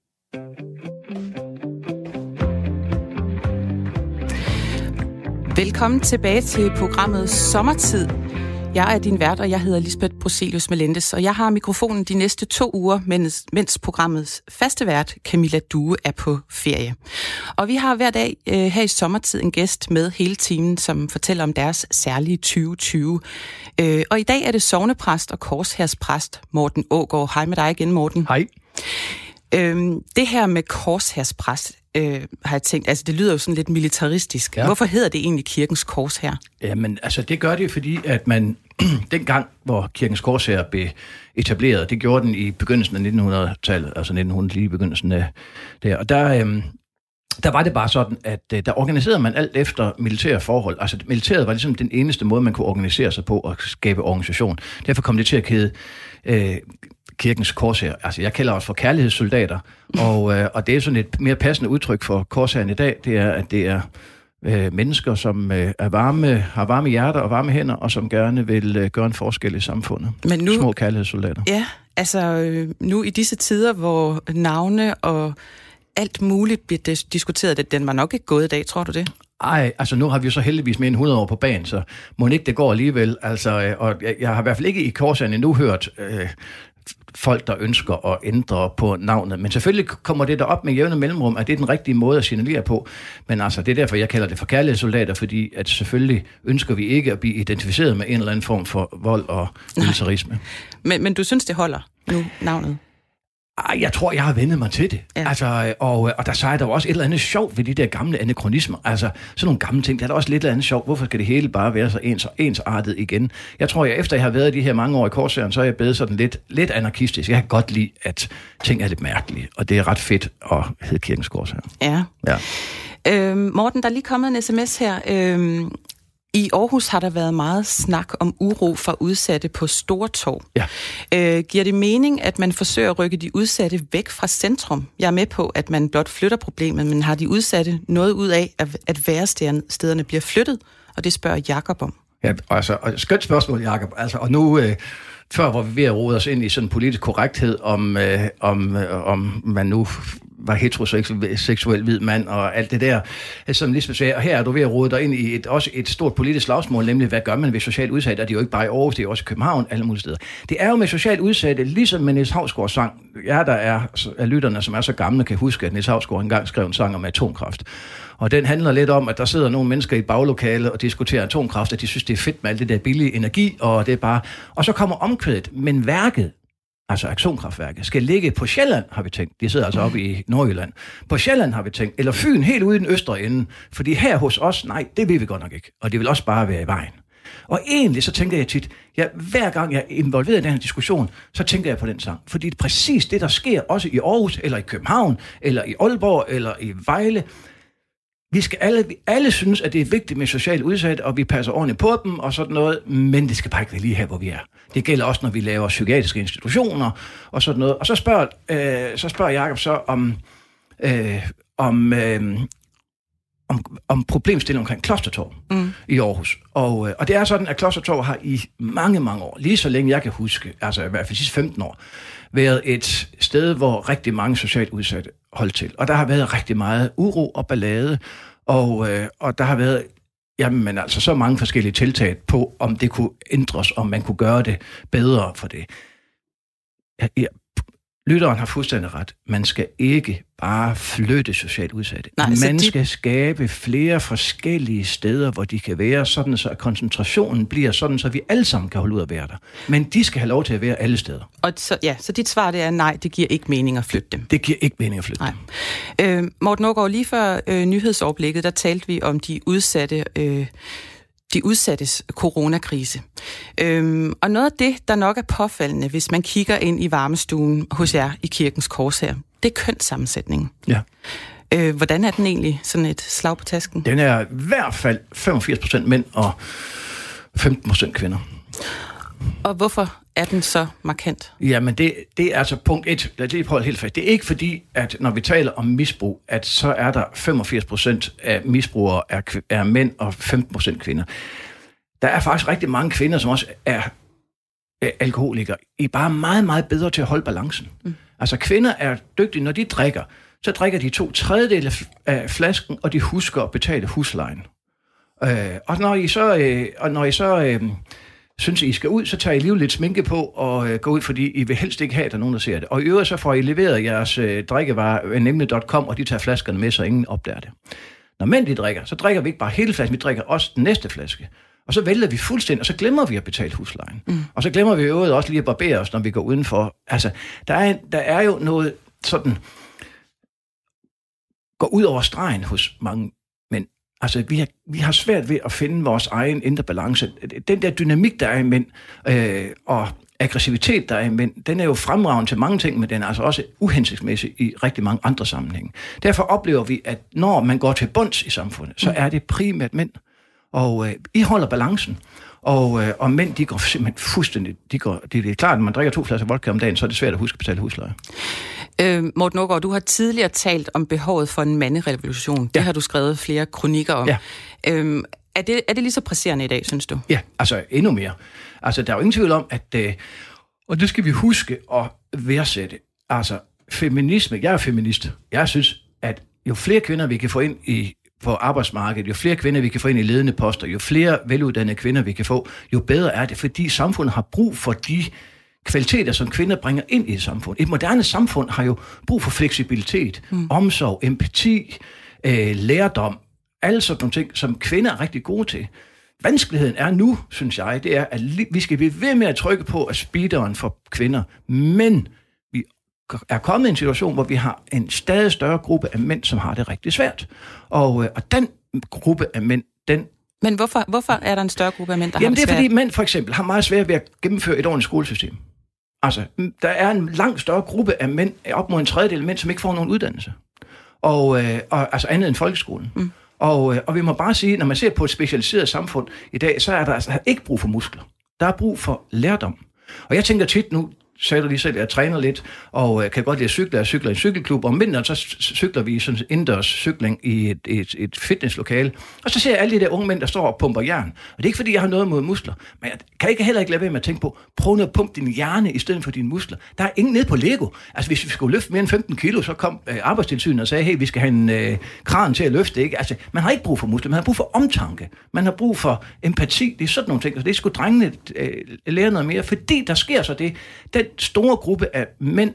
Velkommen tilbage til programmet Sommertid. Jeg er din vært, og jeg hedder Lisbeth Bruselius Melendez, og jeg har mikrofonen de næste to uger, mens, mens programmets faste vært, Camilla Due, er på ferie. Og vi har hver dag øh, her i Sommertid en gæst med hele timen, som fortæller om deres særlige tyve tyve. Øh, og i dag er det sognepræst og korshærspræst Morten Aagaard. Hej med dig igen, Morten. Hej. Øhm, det her med korshærspræst, øh, har jeg tænkt, altså det lyder jo sådan lidt militaristisk. Ja. Hvorfor hedder det egentlig Kirkens Korshær? Jamen, altså det gør det, fordi at man dengang, hvor Kirkens Korshær blev etableret, det gjorde den i begyndelsen af nitten hundrede-tallet, altså nitten hundrede lige i begyndelsen af der, og der, øhm, der var det bare sådan, at øh, der organiserede man alt efter militære forhold. Altså militæret var ligesom den eneste måde, man kunne organisere sig på og skabe organisation. Derfor kom det til at hedde øh, Kirkens Korshær. Altså jeg kalder os for kærlighedssoldater, og, øh, og det er sådan et mere passende udtryk for korshæren i dag, det er, at det er øh, mennesker, som øh, er varme, har varme hjerter og varme hænder, og som gerne vil øh, gøre en forskel i samfundet. Men nu, små kærlighedssoldater. Ja, altså øh, nu i disse tider, hvor navne og alt muligt bliver dis- diskuteret, det, den var nok ikke gået i dag, tror du det? Ej, altså nu har vi jo så heldigvis mere end hundrede år på banen, så må ikke det går alligevel. Altså, og jeg, jeg har i hvert fald ikke i Korsand endnu hørt øh, folk, der ønsker at ændre på navnet. Men selvfølgelig kommer det der op med jævne mellemrum, at det er den rigtige måde at signalere på. Men altså, det er derfor, jeg kalder det for kærlighedssoldater, fordi at selvfølgelig ønsker vi ikke at blive identificeret med en eller anden form for vold og militarisme. Men, men du synes, det holder nu, navnet? Ej, jeg tror, jeg har vendet mig til det. Ja. Altså, og, og der siger der også et eller andet sjovt ved de der gamle anakronismer. Altså, sådan nogle gamle ting, der er der også lidt eller andet sjovt. Hvorfor skal det hele bare være så ens, ensartet igen? Jeg tror, jeg efter jeg har været de her mange år i Korsæren, så er jeg blevet sådan lidt, lidt anarkistisk. Jeg kan godt lide, at ting er lidt mærkelige, og det er ret fedt at hedde Kirkens Korsæren. Ja. ja. Øhm, Morten, der er lige kommet en sms her. Øhm, I Aarhus har der været meget snak om uro for udsatte på Stortorv. Ja. Øh, giver det mening, at man forsøger at rykke de udsatte væk fra centrum? Jeg er med på, at man blot flytter problemet, men har de udsatte noget ud af, at værestederne bliver flyttet? Og det spørger Jakob om. Ja, altså, og skønt spørgsmål, Jakob. Altså, og nu... Øh Før var vi ved at rode os ind i sådan en politisk korrekthed, om, øh, om, øh, om man nu var heteroseksuel hvid mand og alt det der, som Lisbeth sagde. Og her er du ved at rode dig ind i et, også et stort politisk slagsmål, nemlig hvad gør man ved socialt udsatte? Og det er jo ikke bare i Aarhus, det er også i København, alle mulige steder. Det er jo med socialt udsatte, ligesom med Niels Hausgaards sang. Jeg der er af lytterne, som er så gamle, kan huske, at Niels Hausgaard engang skrev en sang om atomkraft. Og den handler lidt om, at der sidder nogle mennesker i baglokale og diskuterer atomkraft, at de synes, det er fedt med alt det der billige energi, og det er bare... Og så kommer omkvædet, men værket, altså atomkraftværket, skal ligge på Sjælland, har vi tænkt. De sidder altså oppe i Nordjylland. På Sjælland har vi tænkt, eller Fyn, helt ude i den østre ende. Fordi her hos os, nej, det vil vi godt nok ikke. Og det vil også bare være i vejen. Og egentlig så tænker jeg tit, ja, hver gang jeg er involveret i den her diskussion, så tænker jeg på den sang. Fordi det er præcis det, der sker også i Aarhus, eller i København, eller i Aalborg, eller i Vejle. Vi skal alle, vi alle synes, at det er vigtigt med socialt udsatte, og vi passer ordentligt på dem og sådan noget, men det skal bare ikke være lige her, hvor vi er. Det gælder også, når vi laver psykiatriske institutioner og sådan noget. Og så spørger, øh, så spørger Jakob så om, øh, om, øh, om, om problemstilling omkring Klostertorv mm. i Aarhus. Og, øh, og det er sådan, at Klostertorv har i mange, mange år, lige så længe jeg kan huske, altså i hvert fald sidste femten år, været et sted, hvor rigtig mange socialt udsatte holdt til. Og der har været rigtig meget uro og ballade, og, øh, og der har været jamen, altså, så mange forskellige tiltag på, om det kunne ændres, om man kunne gøre det bedre for det. Ja, ja, lytteren har fuldstændig ret. Man skal ikke bare flytte socialt udsatte. Nej, man de... skal skabe flere forskellige steder, hvor de kan være, sådan så koncentrationen bliver sådan, så vi alle sammen kan holde ud at være der. Men de skal have lov til at være alle steder. Og så, ja, så dit svar det er nej, det giver ikke mening at flytte dem. Det giver ikke mening at flytte nej. dem. Øh, Morten Aagaard, lige før øh, nyhedsoverblikket, der talte vi om de udsatte... Øh, de udsattes coronakrise. Øhm, og noget af det, der nok er påfaldende, hvis man kigger ind i varmestuen hos jer i Kirkens Korshær, det er kønssammensætningen. Ja. Øh, hvordan er den egentlig, sådan et slag på tasken? Den er i hvert fald femogfirs procent mænd og femten procent kvinder. Og hvorfor er den så markant? Jamen, det, det er altså punkt et. Lad os lige prøve helt fast. Det er ikke fordi, at når vi taler om misbrug, at så er der femogfirs procent af misbrugere er, er mænd og femten procent kvinder. Der er faktisk rigtig mange kvinder, som også er, er alkoholikere. I er bare meget, meget bedre til at holde balancen. Mm. Altså, kvinder er dygtige, når de drikker. Så drikker de to tredjedele af flasken, og de husker at betale huslejen. Øh, og når I så... Øh, og når I så øh, synes, I skal ud, så tager I lige lidt sminke på og øh, går ud, fordi I vil helst ikke have, at der er nogen, der ser det. Og i øvrigt så får I leveret jeres øh, drikkevarer, nemlig punktum com, og de tager flaskerne med, så ingen opdager det. Når mænd de drikker, så drikker vi ikke bare hele flasken, vi drikker også den næste flaske. Og så vælger vi fuldstændig, og så glemmer vi at betale huslejen. Mm. Og så glemmer vi i øvrigt også lige at barbere os, når vi går udenfor. Altså, der er, der er jo noget sådan, går ud over stregen hos mange mænd. Altså, vi har, vi har svært ved at finde vores egen indre balance. Den der dynamik, der er i mænd, øh, og aggressivitet, der er i mænd, den er jo fremragende til mange ting, men den er altså også uhensigtsmæssig i rigtig mange andre sammenhænge. Derfor oplever vi, at når man går til bunds i samfundet, så er det primært mænd. Og øh, I holder balancen. Og, øh, og mænd, de går simpelthen fuldstændig... De går, det, det er klart, at når man drikker to flasser vodka om dagen, så er det svært at huske at betale husleje. Øh, Morten Aagaard, du har tidligere talt om behovet for en manderevolution. Det ja. har du skrevet flere kronikker om. Ja. Øh, er, det, er det lige så presserende i dag, synes du? Ja, altså endnu mere. Altså, der er jo ingen tvivl om, at... Øh, og det skal vi huske at værdsætte. Altså, feminisme... Jeg er feminist. Jeg synes, at jo flere kvinder, vi kan få ind i, på arbejdsmarkedet, jo flere kvinder, vi kan få ind i ledende poster, jo flere veluddannede kvinder, vi kan få, jo bedre er det, fordi samfundet har brug for de kvaliteter, som kvinder bringer ind i et samfund. Et moderne samfund har jo brug for fleksibilitet, mm. omsorg, empati, øh, lærdom, alle sådan nogle ting, som kvinder er rigtig gode til. Vanskeligheden er nu, synes jeg, det er, at vi skal blive ved med at trykke på at speederen for kvinder, men vi er kommet i en situation, hvor vi har en stadig større gruppe af mænd, som har det rigtig svært. Og, øh, og den gruppe af mænd, den Men hvorfor, hvorfor er der en større gruppe af mænd, der Jamen, har det det er, fordi mænd for eksempel har meget svært ved at gennemføre et ordentligt skolesystem. Altså, der er en langt større gruppe af mænd, op mod en tredjedel af mænd, som ikke får nogen uddannelse. Og, øh, og altså andet end folkeskolen. Mm. Og, øh, og vi må bare sige, når man ser på et specialiseret samfund i dag, så er der altså ikke brug for muskler. Der er brug for lærdom. Og jeg tænker tit nu, sagde du lige selv, at jeg træner lidt, og øh, kan godt lide at cykle, jeg cykler i en cykelklub, og om vinteren så cykler vi sådan indendørs cykling i et, et, et fitnesslokale, og så ser jeg alle de der unge mænd, der står og pumper jern. Og det er ikke, fordi jeg har noget mod muskler, men jeg kan ikke heller ikke lade være med at tænke på, prøv nu at pumpe din hjerne i stedet for dine muskler. Der er ingen nede på Lego. Altså, hvis vi skulle løfte mere end femten kilo, så kom øh, arbejdstilsynet og sagde, hey, vi skal have en øh, kran til at løfte, ikke? Altså, man har ikke brug for muskler, man har brug for omtanke, man har brug for empati, det er sådan nogle ting, og det skulle drengene øh, lære noget mere, fordi der sker så det, den store gruppe af mænd,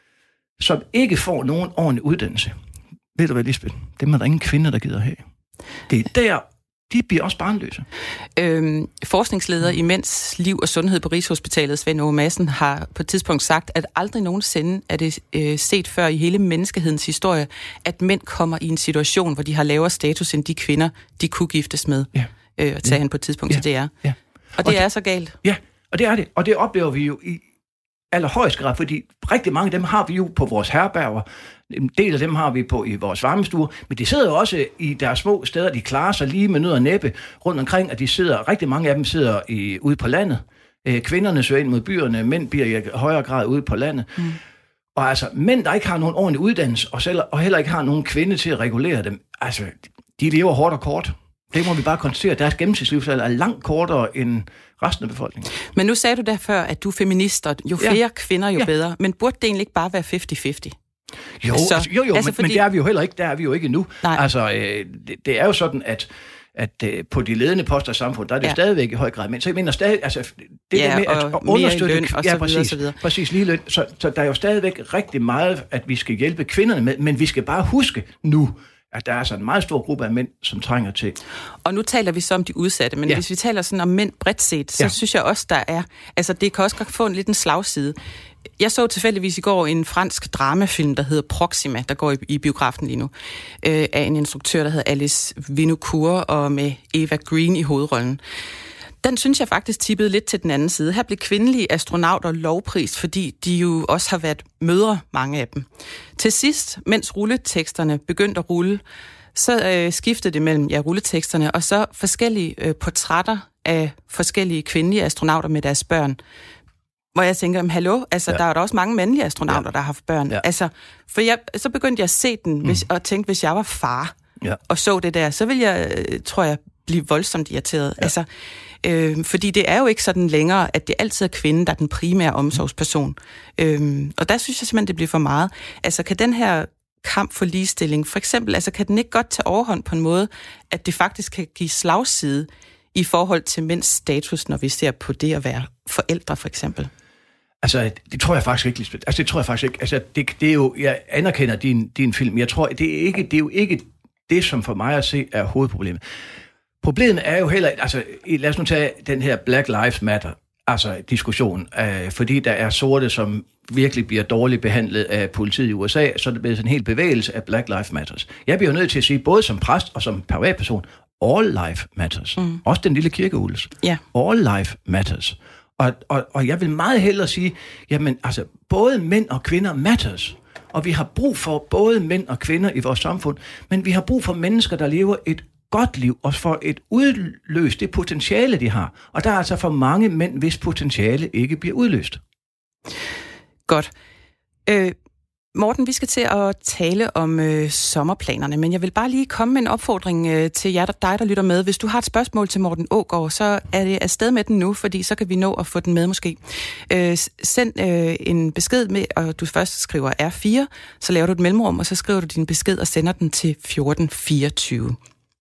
som ikke får nogen ordentlig uddannelse. Ved du hvad, Lisbeth? Det er der ingen kvinder, der gider have. Det er der, de bliver også barnløse. Øhm, forskningsleder i Mænds Liv og Sundhed på Rigshospitalet, Svend Aage Madsen, har på et tidspunkt sagt, at aldrig nogensinde er det øh, set før i hele menneskehedens historie, at mænd kommer i en situation, hvor de har lavere status end de kvinder, de kunne giftes med. Ja. Øh, og tage ja. han på et tidspunkt ja. til det er. Ja. Og det og er det, så galt. Ja, og det er det. Og det oplever vi jo i allerhøjeste grad, fordi rigtig mange af dem har vi jo på vores herberger. En del af dem har vi på i vores varmestuer, men de sidder jo også i deres små steder, de klarer sig lige med nød og næppe rundt omkring, og de sidder, rigtig mange af dem sidder i, ude på landet. Øh, kvinderne søger ind mod byerne, mænd bliver i højere grad ude på landet. Mm. Og altså, mænd, der ikke har nogen ordentlig uddannelse, og, selv, og heller ikke har nogen kvinde til at regulere dem, altså, de lever hårdt og kort. Det må vi bare konstatere. Deres gennemsnitslivsalder er langt kortere end resten af befolkningen. Men nu sagde du der før, at du er feminist, og jo flere ja. kvinder, jo ja. bedre. Men burde det egentlig ikke bare være halvtreds halvtreds? Jo, altså, altså, jo, jo altså, men, fordi... men det er vi jo heller ikke. Der er vi jo ikke endnu. Nej. Altså, øh, det, det er jo sådan, at at øh, på de ledende poster i samfundet, der er det ja. jo stadigvæk i høj grad. Men så jeg mener stadig, altså det ja, der med at, at understøtte... Løn, og ja, præcis, videre, så videre. præcis, lige løn. Så, så der er jo stadigvæk rigtig meget, at vi skal hjælpe kvinderne med, men vi skal bare huske nu, at der er altså en meget stor gruppe af mænd, som trænger til. Og nu taler vi så om de udsatte, men ja. hvis vi taler sådan om mænd bredt set, så ja. synes jeg også, der er... Altså, det kan også godt få en lidt en slagside. Jeg så tilfældigvis i går en fransk dramafilm, der hedder Proxima, der går i, i biografen lige nu, øh, af en instruktør, der hedder Alice Winocour, og med Eva Green i hovedrollen. Den synes jeg faktisk tippede lidt til den anden side. Her blev kvindelige astronauter lovprist, fordi de jo også har været mødre, mange af dem. Til sidst, mens rulleteksterne begyndte at rulle, så øh, skiftede det mellem ja, rulleteksterne og så forskellige øh, portrætter af forskellige kvindelige astronauter med deres børn. Hvor jeg tænker, jamen, hallo, altså, ja. der er der også mange mandlige astronauter, ja. der har haft børn. Ja. Altså, for jeg, så begyndte jeg at se den, hvis, mm. og tænkte, hvis jeg var far, ja. og så det der, så ville jeg, tror jeg, blive voldsomt irriteret. Ja. Altså, øh, fordi det er jo ikke sådan længere, at det altid er kvinden, der er den primære omsorgsperson. Øh, og der synes jeg simpelthen, det bliver for meget. Altså, kan den her kamp for ligestilling, for eksempel, altså, kan den ikke godt tage overhånd på en måde, at det faktisk kan give slagside i forhold til mænds status, når vi ser på det at være forældre, for eksempel? Altså, det tror jeg faktisk ikke, Lisbeth. Altså, det tror jeg faktisk ikke. Altså, det, det er jo, jeg anerkender din, din film. Jeg tror, det er, ikke, det er jo ikke det, som for mig at se er hovedproblemet. Problemet er jo heller, altså, lad os nu tage den her Black Lives Matter, altså diskussion, øh, fordi der er sorte, som virkelig bliver dårligt behandlet af politiet i U S A, så er det blevet sådan en hel bevægelse af Black Lives Matters. Jeg bliver jo nødt til at sige, både som præst og som privatperson, all life matters. Mm. Også den lille kirkeuls. Yeah. All life matters. Og, og, og jeg vil meget hellere sige, jamen altså, både mænd og kvinder matters. Og vi har brug for både mænd og kvinder i vores samfund, men vi har brug for mennesker, der lever et godt liv, og for et udløst det potentiale, de har. Og der er altså for mange mænd, hvis potentiale ikke bliver udløst. Godt. Øh, Morten, vi skal til at tale om øh, sommerplanerne, men jeg vil bare lige komme med en opfordring øh, til jer, der, dig, der lytter med. Hvis du har et spørgsmål til Morten Aagaard, så er det afsted med den nu, fordi så kan vi nå at få den med måske. Øh, send øh, en besked med, og du først skriver R fire, så laver du et mellemrum, og så skriver du din besked og sender den til fjorten fireogtyve.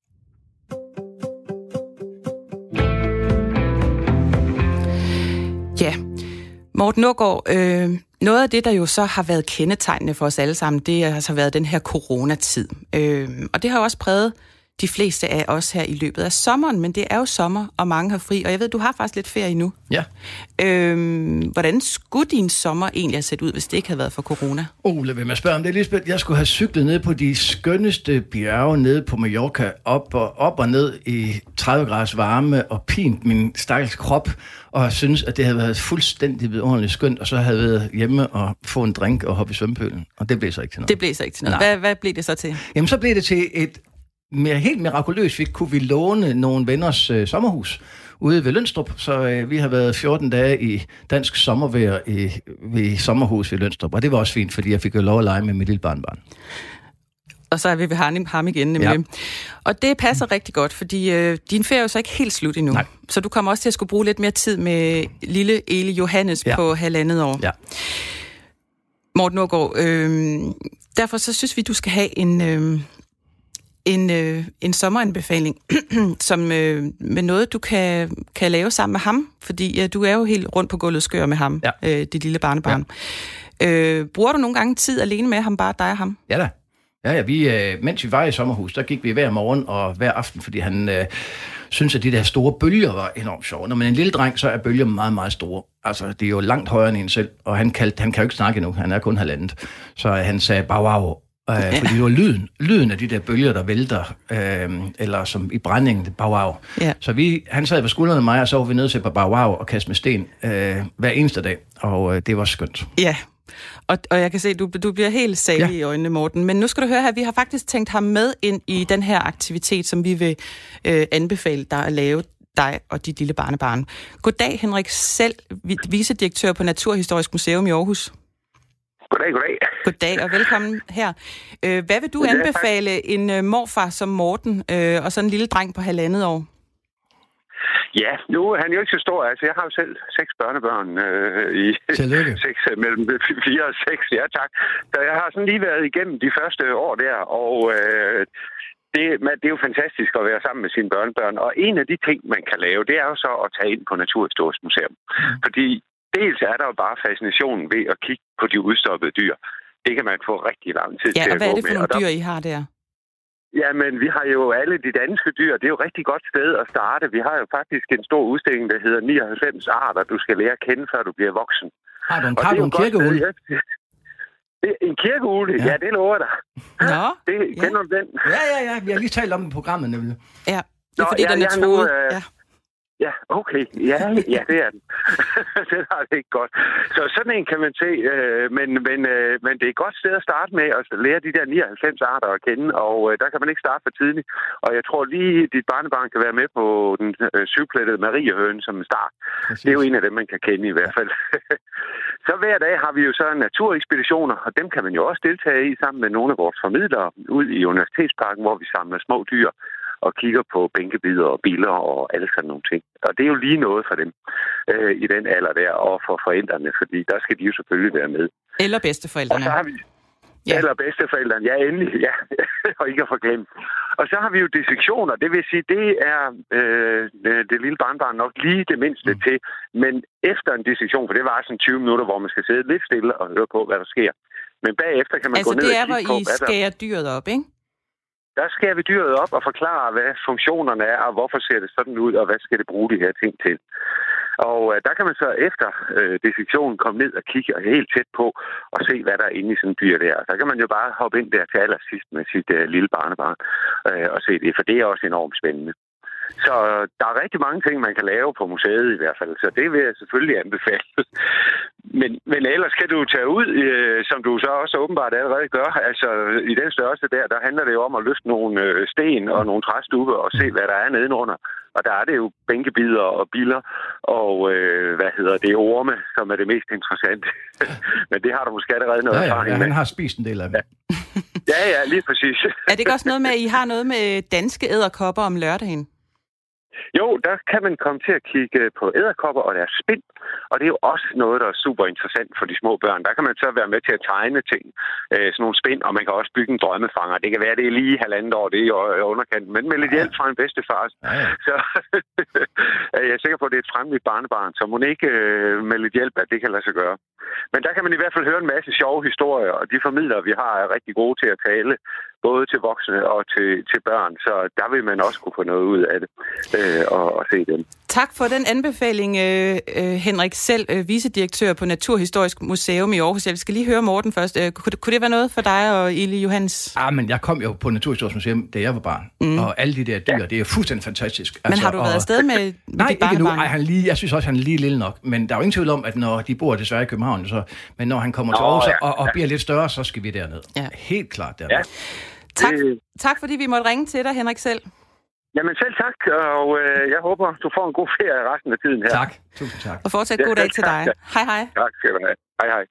Ja, Morten Aagaard, øh, noget af det, der jo så har været kendetegnende for os alle sammen, det har altså været den her coronatid. Øh, og det har jo også præget de fleste af os her i løbet af sommeren, men det er jo sommer, og mange har fri. Og jeg ved, du har faktisk lidt ferie nu. Ja. Øh, hvordan skulle din sommer egentlig have set ud, hvis det ikke havde været for corona? Oh, lad mig at spørge om det, Lisbeth. Jeg skulle have cyklet ned på de skønneste bjerge nede på Mallorca, op og, op og ned i tredive graders varme, og pint min stakkels krop, og synes, at det havde været fuldstændig vidunderligt skønt, og så havde jeg været hjemme og få en drink og hoppe i svømmepølen. Og det blev så ikke til noget. Det blev så ikke til noget. Hvad, hvad blev det så til? Jamen, så blev det til et mere, helt mirakuløst. Vi kunne vi låne nogle venners øh, sommerhus ude ved Lønstrup, så øh, vi har været fjorten dage i dansk sommervejr i, ved sommerhus ved Lønstrup, og det var også fint, fordi jeg fik jo lov at lege med mit lille barnbarn. Og så er vi ved ham igen, nemlig. Ja. Og det passer rigtig godt, fordi øh, din ferie er jo så ikke helt slut endnu. Nej. Så du kommer også til at skulle bruge lidt mere tid med lille Eli Johannes ja. på halvandet år. Ja. Morten Aagaard, øh, derfor så synes vi, du skal have en... Øh, En, øh, en sommeranbefaling, som øh, med noget, du kan, kan lave sammen med ham, fordi ja, du er jo helt rundt på gulvet skør med ham, ja. øh, dit lille barnebarn. Ja. Øh, bruger du nogle gange tid alene med ham, bare dig og ham? Ja da. Ja, ja, vi, øh, mens vi var i sommerhus, der gik vi hver morgen og hver aften, fordi han øh, synes, at de der store bølger var enormt sjove. Når man er en lille dreng, så er bølger meget, meget store. Altså, det er jo langt højere end en selv, og han, kaldte, han kan jo ikke snakke endnu, han er kun halvandet. Så han sagde, bare wow. Øh, ja. Fordi det var lyden, lyden af de der bølger, der vælter, øh, eller som i brændingen, det wow. Ja. Så vi, han sad på skuldrene af mig, og så var vi nødt til at bare wow og kaste med sten øh, hver eneste dag, og øh, det var skønt. Ja, og, og jeg kan se, du, du bliver helt salig ja. i øjnene, Morten. Men nu skal du høre her, vi har faktisk tænkt ham med ind i den her aktivitet, som vi vil øh, anbefale dig at lave, dig og dit lille barnebarn. Goddag, Henrik Selv, vicedirektør på Naturhistorisk Museum i Aarhus. Goddag, goddag. Goddag og velkommen her. Hvad vil du goddag, anbefale tak. en morfar som Morten øh, og sådan en lille dreng på halvandet år? Ja, nu er han jo ikke så stor. Altså, jeg har jo selv seks børnebørn øh, i seks, mellem fire og seks. Ja, tak. Så jeg har sådan lige været igennem de første år der, og øh, det, man, det er jo fantastisk at være sammen med sine børnebørn. Og en af de ting, man kan lave, det er jo så at tage ind på Naturhistorisk Museum. Mm. Fordi dels er der jo bare fascinationen ved at kigge på de udstoppede dyr. Det kan man få rigtig lang tid ja, til at gå med. Ja, og hvad er det for nogle dyr, I har der? Jamen, vi har jo alle de danske dyr. Det er jo et rigtig godt sted at starte. Vi har jo faktisk en stor udstilling, der hedder nioghalvfems arter, du skal lære at kende, før du bliver voksen. Har du en, har du en kirkeugle? En kirkeugle? Ja. ja, det lover dig. Nå, det, kender ja. du den? Ja, ja, ja. Vi har lige talt om den i programmet, nemlig. Ja, det er Nå, fordi, ja, den er ja, truet. Øh, ja. Ja, okay. Ja, ja, det er den. Det er det ikke godt. Så sådan en kan man se, øh, men, men, øh, men det er et godt sted at starte med at lære de der nioghalvfems arter at kende, og øh, der kan man ikke starte for tidligt. Og jeg tror lige, dit barnebarn kan være med på den øh, syvplettede mariehøne som en start. Præcis. Det er jo en af dem, man kan kende i hvert fald. Så hver dag har vi jo så naturekspeditioner, og dem kan man jo også deltage i sammen med nogle af vores formidlere ud i Universitetsparken, hvor vi samler små dyr og kigger på bænkebider og biler og alle sådan nogle ting. Og det er jo lige noget for dem øh, i den alder der, og for forældrene, fordi der skal de jo selvfølgelig være med. Eller bedsteforældrene. Og så har vi... Ja. Eller bedsteforældrene, ja endelig, ja. Og ikke at forglemme. Og så har vi jo dissektioner, det vil sige, det er øh, det lille barnbarn nok lige det mindste mm. til, men efter en dissektion, for det var sådan tyve minutter, hvor man skal sidde lidt stille og høre på, hvad der sker. Men bagefter kan man altså, gå ned og kigge på, Altså det er, hvor I skærer dyret op, ikke? Der skærer vi dyret op og forklarer, hvad funktionerne er, og hvorfor ser det sådan ud, og hvad skal det bruge de her ting til. Og øh, der kan man så efter øh, dissektionen komme ned og kigge helt tæt på og se, hvad der er inde i sådan en dyr der. Så kan man jo bare hoppe ind der til allersidst med sit øh, lille barnebarn øh, og se det, for det er også enormt spændende. Så der er rigtig mange ting, man kan lave på museet i hvert fald, så det vil jeg selvfølgelig anbefale. Men, men ellers kan du tage ud, øh, som du så også åbenbart allerede gør. Altså i den størrelse der, der handler det jo om at løfte nogle øh, sten og nogle træstubbe og se, hvad der er nedenunder. Og der er det jo bænkebider og biller og, øh, hvad hedder det, orme, som er det mest interessante. Men det har du måske allerede noget ja, ja, erfaring ja, med. han har spist en del af det. Ja. Ja, ja, lige præcis. Er det ikke også noget med, at I har noget med danske edderkopper om lørdagen? Jo, der kan man komme til at kigge på edderkopper og deres spind, og det er jo også noget, der er super interessant for de små børn. Der kan man så være med til at tegne ting, øh, sådan nogle spind, og man kan også bygge en drømmefanger. Det kan være, det er lige halvandet år, det er jo underkanten, men med lidt hjælp fra en bedstefar. Ja, ja. Så jeg er sikker på, at det er et fremligt barnebarn, så må ikke øh, med lidt hjælp, at det kan lade sig gøre. Men der kan man i hvert fald høre en masse sjove historier, og de formidlere, vi har, er rigtig gode til at tale, både til voksne og til, til børn, så der vil man også kunne få noget ud af det øh, og, og se dem. Tak for den anbefaling, øh, øh, Henrik Selv, øh, vicedirektør på Naturhistorisk Museum i Aarhus. Jeg skal lige høre Morten først. Øh, kunne, kunne det være noget for dig og Eli Johannes? Ah, men jeg kom jo på Naturhistorisk Museum, da jeg var barn, mm. og alle de der dyr, ja. Det er jo fuldstændig fantastisk. Men altså, har du været og... afsted med, med Nej, dit barnebarn? Ikke nu. Ej, han lige, jeg synes også, han er lige lille nok, men der er jo ingen tvivl om, at når de bor desværre i København, så, men når han kommer til Aarhus oh, ja, og, og ja. bliver lidt større, så skal vi derned. Ja. Helt klart derned. Ja. Tak, tak fordi vi måtte ringe til dig, Henrik Selv. Jamen selv tak, og øh, jeg håber, du får en god ferie resten af tiden her. Tak. Tusind tak. Og fortsat god ja, dag til tak, dig. Ja. Hej hej. Tak skal du have. Hej hej.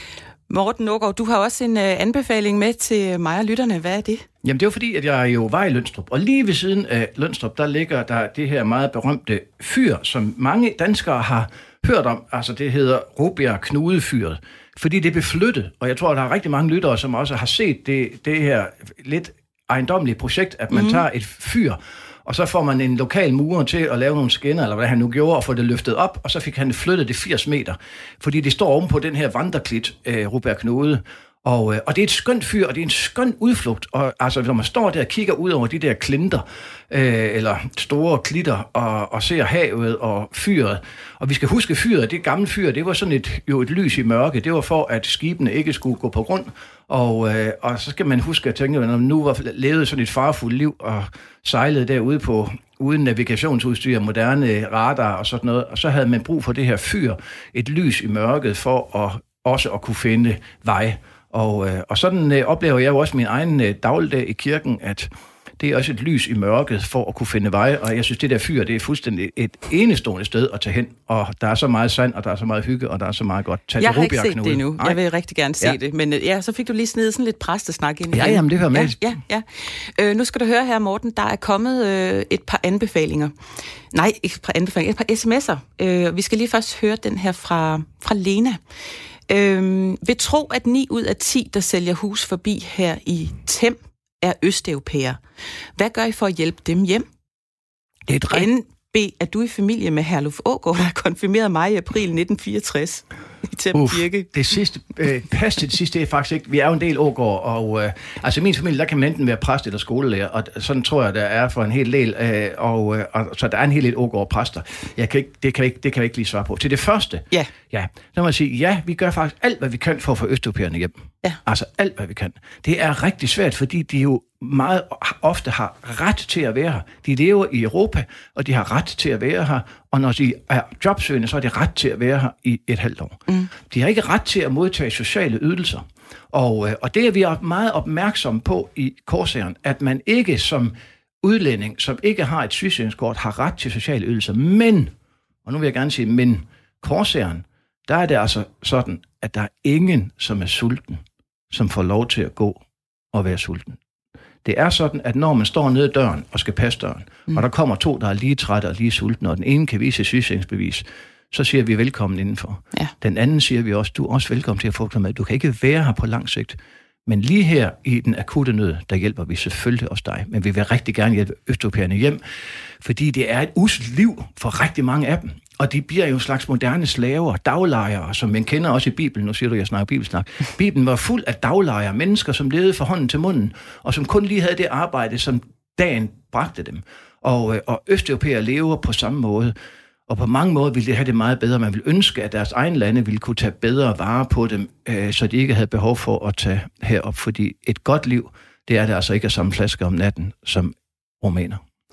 Morten Nordgaard, du har også en uh, anbefaling med til mig og lytterne. Hvad er det? Jamen det var fordi, at jeg jo var i Lønstrup, og lige ved siden af Lønstrup, der ligger der det her meget berømte fyr, som mange danskere har hørt om. Altså det hedder Rubjerg Knude-fyret, fordi det blev flyttet, og jeg tror, der er rigtig mange lyttere, som også har set det, det her lidt ejendommelige projekt, at man mm. tager et fyr, og så får man en lokal murer til at lave nogle skinner, eller hvad han nu gjorde, og få det løftet op, og så fik han flyttet det firs meter, fordi det står oven på den her vandreklit, øh, Rubjerg Knude, og, øh, og det er et skønt fyr, og det er en skøn udflugt, og altså, når man står der og kigger ud over de der klinter, øh, eller store klitter, og, og ser havet og fyret, og vi skal huske fyret, det gamle fyr, det var sådan et, jo et lys i mørke, det var for, at skibene ikke skulle gå på grund, og, øh, og så skal man huske at tænke, når man nu var levet sådan et farfuldt liv, og sejlede derude på, uden navigationsudstyr, moderne radar og sådan noget, og så havde man brug for det her fyr, et lys i mørket, for at også at kunne finde vej. Og, øh, og sådan øh, oplever jeg jo også min egen øh, dagligdag i kirken, at det er også et lys i mørket for at kunne finde vej, og jeg synes, det der fyr, det er fuldstændig et enestående sted at tage hen, og der er så meget sand, og der er så meget hygge, og der er så meget godt. Tag jeg har ikke set det endnu. Jeg vil rigtig gerne se ja. det, men ja, så fik du lige snedet sådan lidt præstesnak ind. Ja, jamen det hører med. Ja, ja, ja. Øh, nu skal du høre her, Morten, der er kommet øh, et par anbefalinger. Nej, ikke et par anbefalinger, et par sms'er. Øh, vi skal lige først høre den her fra, fra Lena. Øh, vil tro, at ni ud af ti, der sælger hus forbi her i Tem, er østeuropæere. Hvad gør I for at hjælpe dem hjem? Det er et rigt... N B, er du i familie med Herluf Aagaard, der konfirmerede mig i april nitten fireogtres i Tem Kirke? Det sidste, øh, pas til det sidste, det er faktisk ikke. Vi er jo en del Aagaard, og øh, altså i min familie, der kan man enten være præst eller skolelærer, og sådan tror jeg, der er for en hel del, øh, og, øh, og så der er en hel del Aagaard-præster. Jeg kan ikke, det, kan ikke, det kan jeg ikke lige svare på. Til det første, ja. Ja, så må jeg sige, ja, vi gør faktisk alt, hvad vi kan for at få østeuropæerne hjem. Ja. Altså alt, hvad vi kan. Det er rigtig svært, fordi de jo meget ofte har ret til at være her. De lever i Europa, og de har ret til at være her, og når de er jobsøgende, så har de ret til at være her i et halvt år. Mm. De har ikke ret til at modtage sociale ydelser. Og, og det er vi meget opmærksomme på i Korsæren, at man ikke som udlænding, som ikke har et sygesikringskort, har ret til sociale ydelser. Men, og nu vil jeg gerne sige, men Korsæren, der er det altså sådan, at der er ingen, som er sulten, som får lov til at gå og være sulten. Det er sådan, at når man står nede i døren og skal passe døren, mm. og der kommer to, der er lige trætte og lige sultne, og den ene kan vise et sygesikringsbevis, så siger vi velkommen indenfor. Ja. Den anden siger vi også, du er også velkommen til at få med. Du kan ikke være her på lang sigt. Men lige her i den akutte nød, der hjælper vi selvfølgelig også dig. Men vi vil rigtig gerne hjælpe østeuropæerne hjem, fordi det er et uselt liv for rigtig mange af dem. Og de bliver jo en slags moderne slaver, daglejere, som man kender også i Bibelen. Nu siger du, jeg snakker bibelsnak. Bibelen var fuld af daglejere, mennesker, som levede fra hånden til munden, og som kun lige havde det arbejde, som dagen bragte dem. Og, og østeuropæere lever på samme måde. Og på mange måder ville de have det meget bedre. Man ville ønske, at deres egen lande ville kunne tage bedre vare på dem, øh, så de ikke havde behov for at tage herop. Fordi et godt liv, det er det altså ikke at samle flasker om natten som rumæner.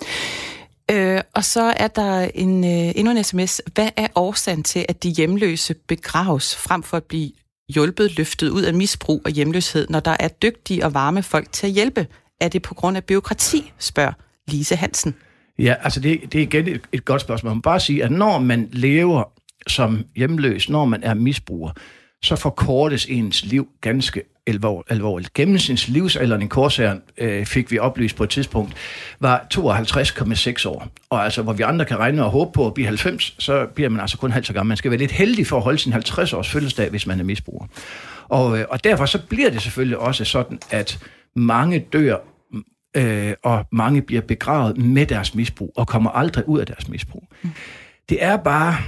Øh, og så er der en, øh, endnu en sms. Hvad er årsagen til, at de hjemløse begraves, frem for at blive hjulpet, løftet ud af misbrug og hjemløshed, når der er dygtige og varme folk til at hjælpe? Er det på grund af bureaukrati, spørger Lise Hansen. Ja, altså det, det er igen et, et godt spørgsmål. Man må bare sige, at når man lever som hjemløs, når man er misbruger, så forkortes ens liv ganske alvorligt. Gennem sin livsalderen i Korshæren, øh, fik vi oplyst på et tidspunkt, var tooghalvtreds komma seks år. Og altså, hvor vi andre kan regne og håbe på at blive halvfems, så bliver man altså kun halvt så gammel. Man skal være lidt heldig for at holde sin halvtreds års fødselsdag, hvis man er misbruger. Og, øh, og derfor så bliver det selvfølgelig også sådan, at mange dør, øh, og mange bliver begravet med deres misbrug, og kommer aldrig ud af deres misbrug. Mm. Det er bare...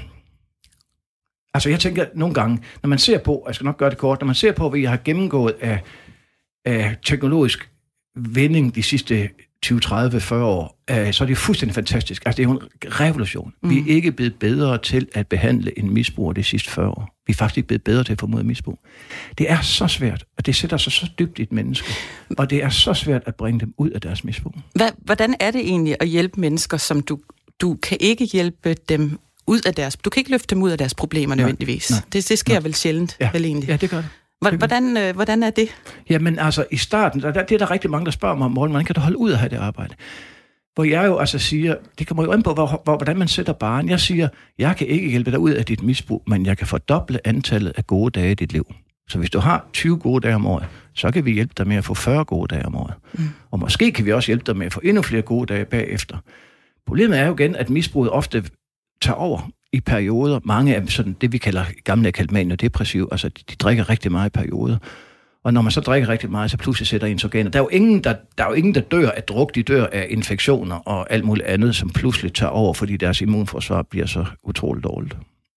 Altså jeg tænker nogle gange, når man ser på, jeg skal nok gøre det kort, når man ser på, hvad jeg har gennemgået af, af teknologisk vending de sidste tyve, tredive, fyrre år, øh, så er det fuldstændig fantastisk. Altså det er jo en revolution. Mm. Vi er ikke blevet bedre til at behandle en misbruger de sidste fyrre år. Vi er faktisk ikke blevet bedre til at formode misbrug. Det er så svært, og det sætter sig så dybt i et menneske, og det er så svært at bringe dem ud af deres misbrug. Hvad, hvordan er det egentlig at hjælpe mennesker, som du, du kan ikke hjælpe dem ud af deres... Du kan ikke løfte dem ud af deres problemer nødvendigvis. Nej, nej, det, det sker nej. vel sjældent, ja. vel egentlig? Ja, det gør det. Hvordan, øh, hvordan er det? Jamen altså, i starten, der, det er der rigtig mange, der spørger mig om, hvordan kan du holde ud af have det arbejde? Hvor jeg jo altså siger, det kommer jo an på, hvor, hvor, hvordan man sætter barren. Jeg siger, jeg kan ikke hjælpe dig ud af dit misbrug, men jeg kan fordoble antallet af gode dage i dit liv. Så hvis du har tyve gode dage om året, så kan vi hjælpe dig med at få fyrre gode dage om året. Mm. Og måske kan vi også hjælpe dig med at få endnu flere gode dage bagefter. Problemet er jo igen, at misbruget ofte tager over i perioder. Mange af sådan det, vi kalder gamle kaldt maniodepressiv, altså de, de drikker rigtig meget i perioder. Og når man så drikker rigtig meget, så pludselig sætter ens organer. Der er jo ingen, der, der, er jo ingen, der dør af druk, de dør af infektioner og alt muligt andet, som pludselig tager over, fordi deres immunforsvar bliver så utroligt dårligt.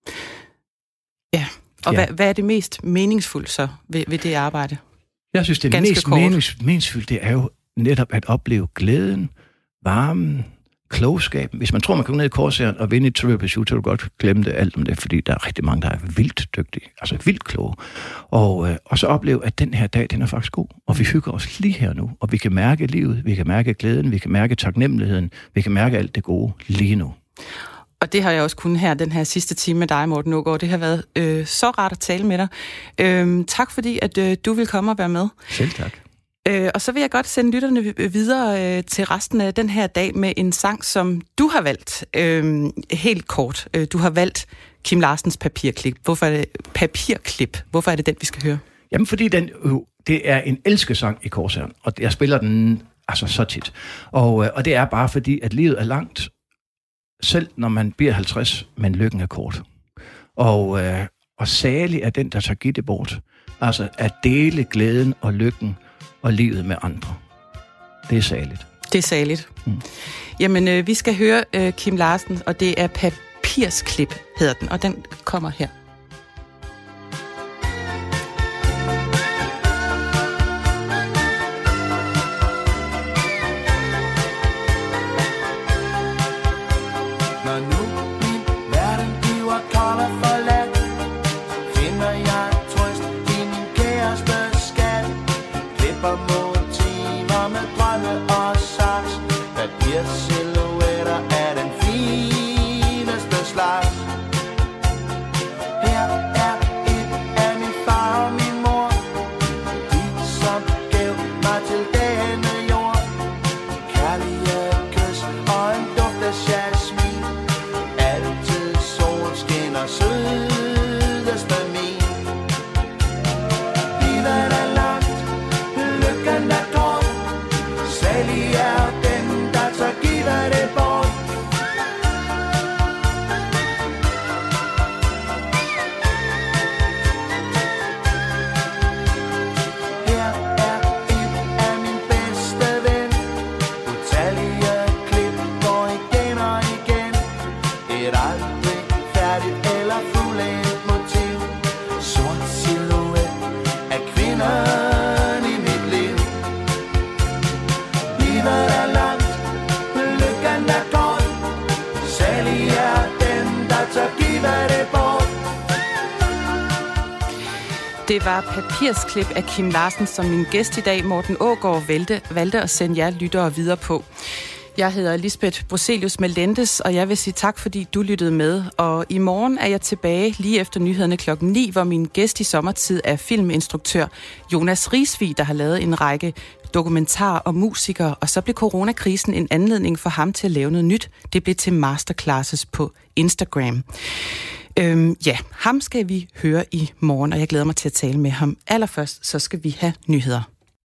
Ja, og ja. Hvad, hvad er det mest meningsfuldt så ved, ved det arbejde? Jeg synes, det mest menings, meningsfuldt, det er jo netop at opleve glæden, varmen, klogskaben. Hvis man tror, man kan gå ned i Korshæren og vinde et Trivial Pursuit, så vil du godt glemme det alt om det, fordi der er rigtig mange, der er vildt dygtige, altså vildt kloge. Og, øh, og så opleve, at den her dag, den er faktisk god, og vi hygger os lige her nu, og vi kan mærke livet, vi kan mærke glæden, vi kan mærke taknemmeligheden, vi kan mærke alt det gode lige nu. Og det har jeg også kunnet her, den her sidste time med dig, Morten Aagaard. Det har været øh, så rart at tale med dig. Øh, tak fordi, at øh, du vil komme og være med. Selv tak. Øh, og så vil jeg godt sende lytterne videre øh, til resten af den her dag med en sang, som du har valgt. Øh, helt kort. Øh, du har valgt Kim Larsens Papirklip. Hvorfor er det Papirklip? Hvorfor er det den, vi skal høre? Jamen, fordi den, øh, det er en elskesang i Korshæren, og jeg spiller den altså så tit. Og, øh, og det er bare fordi, at livet er langt, selv når man bliver halvtreds, men lykken er kort. Og, øh, og salig er den, der tager gitte bort. Altså at dele glæden og lykken og livet med andre. Det er saligt. Det er saligt. Mm. Jamen, øh, vi skal høre øh, Kim Larsen, og det er Papirsklip, hedder den, og den kommer her. Når nu min verden bliver kolder for land, finder jeg trøst i min kæreste skat. Klipper motiver med drømme og saks. Papirsilhuetter er den fineste slags. Her er et af min far og min mor, de som gav mig til denne jord. Kærlighed, kys og en duft af jasmin. Altid sol skinner sødeste min. Livet er langt, lykken er kort. Salig er den, der tør give dig det bort. Her er et af min bedste ven. Utallige klip går igen og igen. Et aldrig færdigt eller fuldendt motiv. Sort silhuet af kvinden i mit liv. Livet er langt, lykken er kort. Salig er den, der tør give det bort. Det var Papirsklip af Kim Larsen, som min gæst i dag, Morten Aagaard, valgte, valgte at sende jer lyttere videre på. Jeg hedder Lisbeth Broselius Melendez, og jeg vil sige tak, fordi du lyttede med. Og i morgen er jeg tilbage lige efter nyhederne klokken ni, hvor min gæst i sommertid er filminstruktør Jonas Risvig, der har lavet en række dokumentarer og musikere, og så blev coronakrisen en anledning for ham til at lave noget nyt. Det blev til masterclasses på Instagram. Øhm, ja, ham skal vi høre i morgen, og jeg glæder mig til at tale med ham. Allerførst så skal vi have nyheder.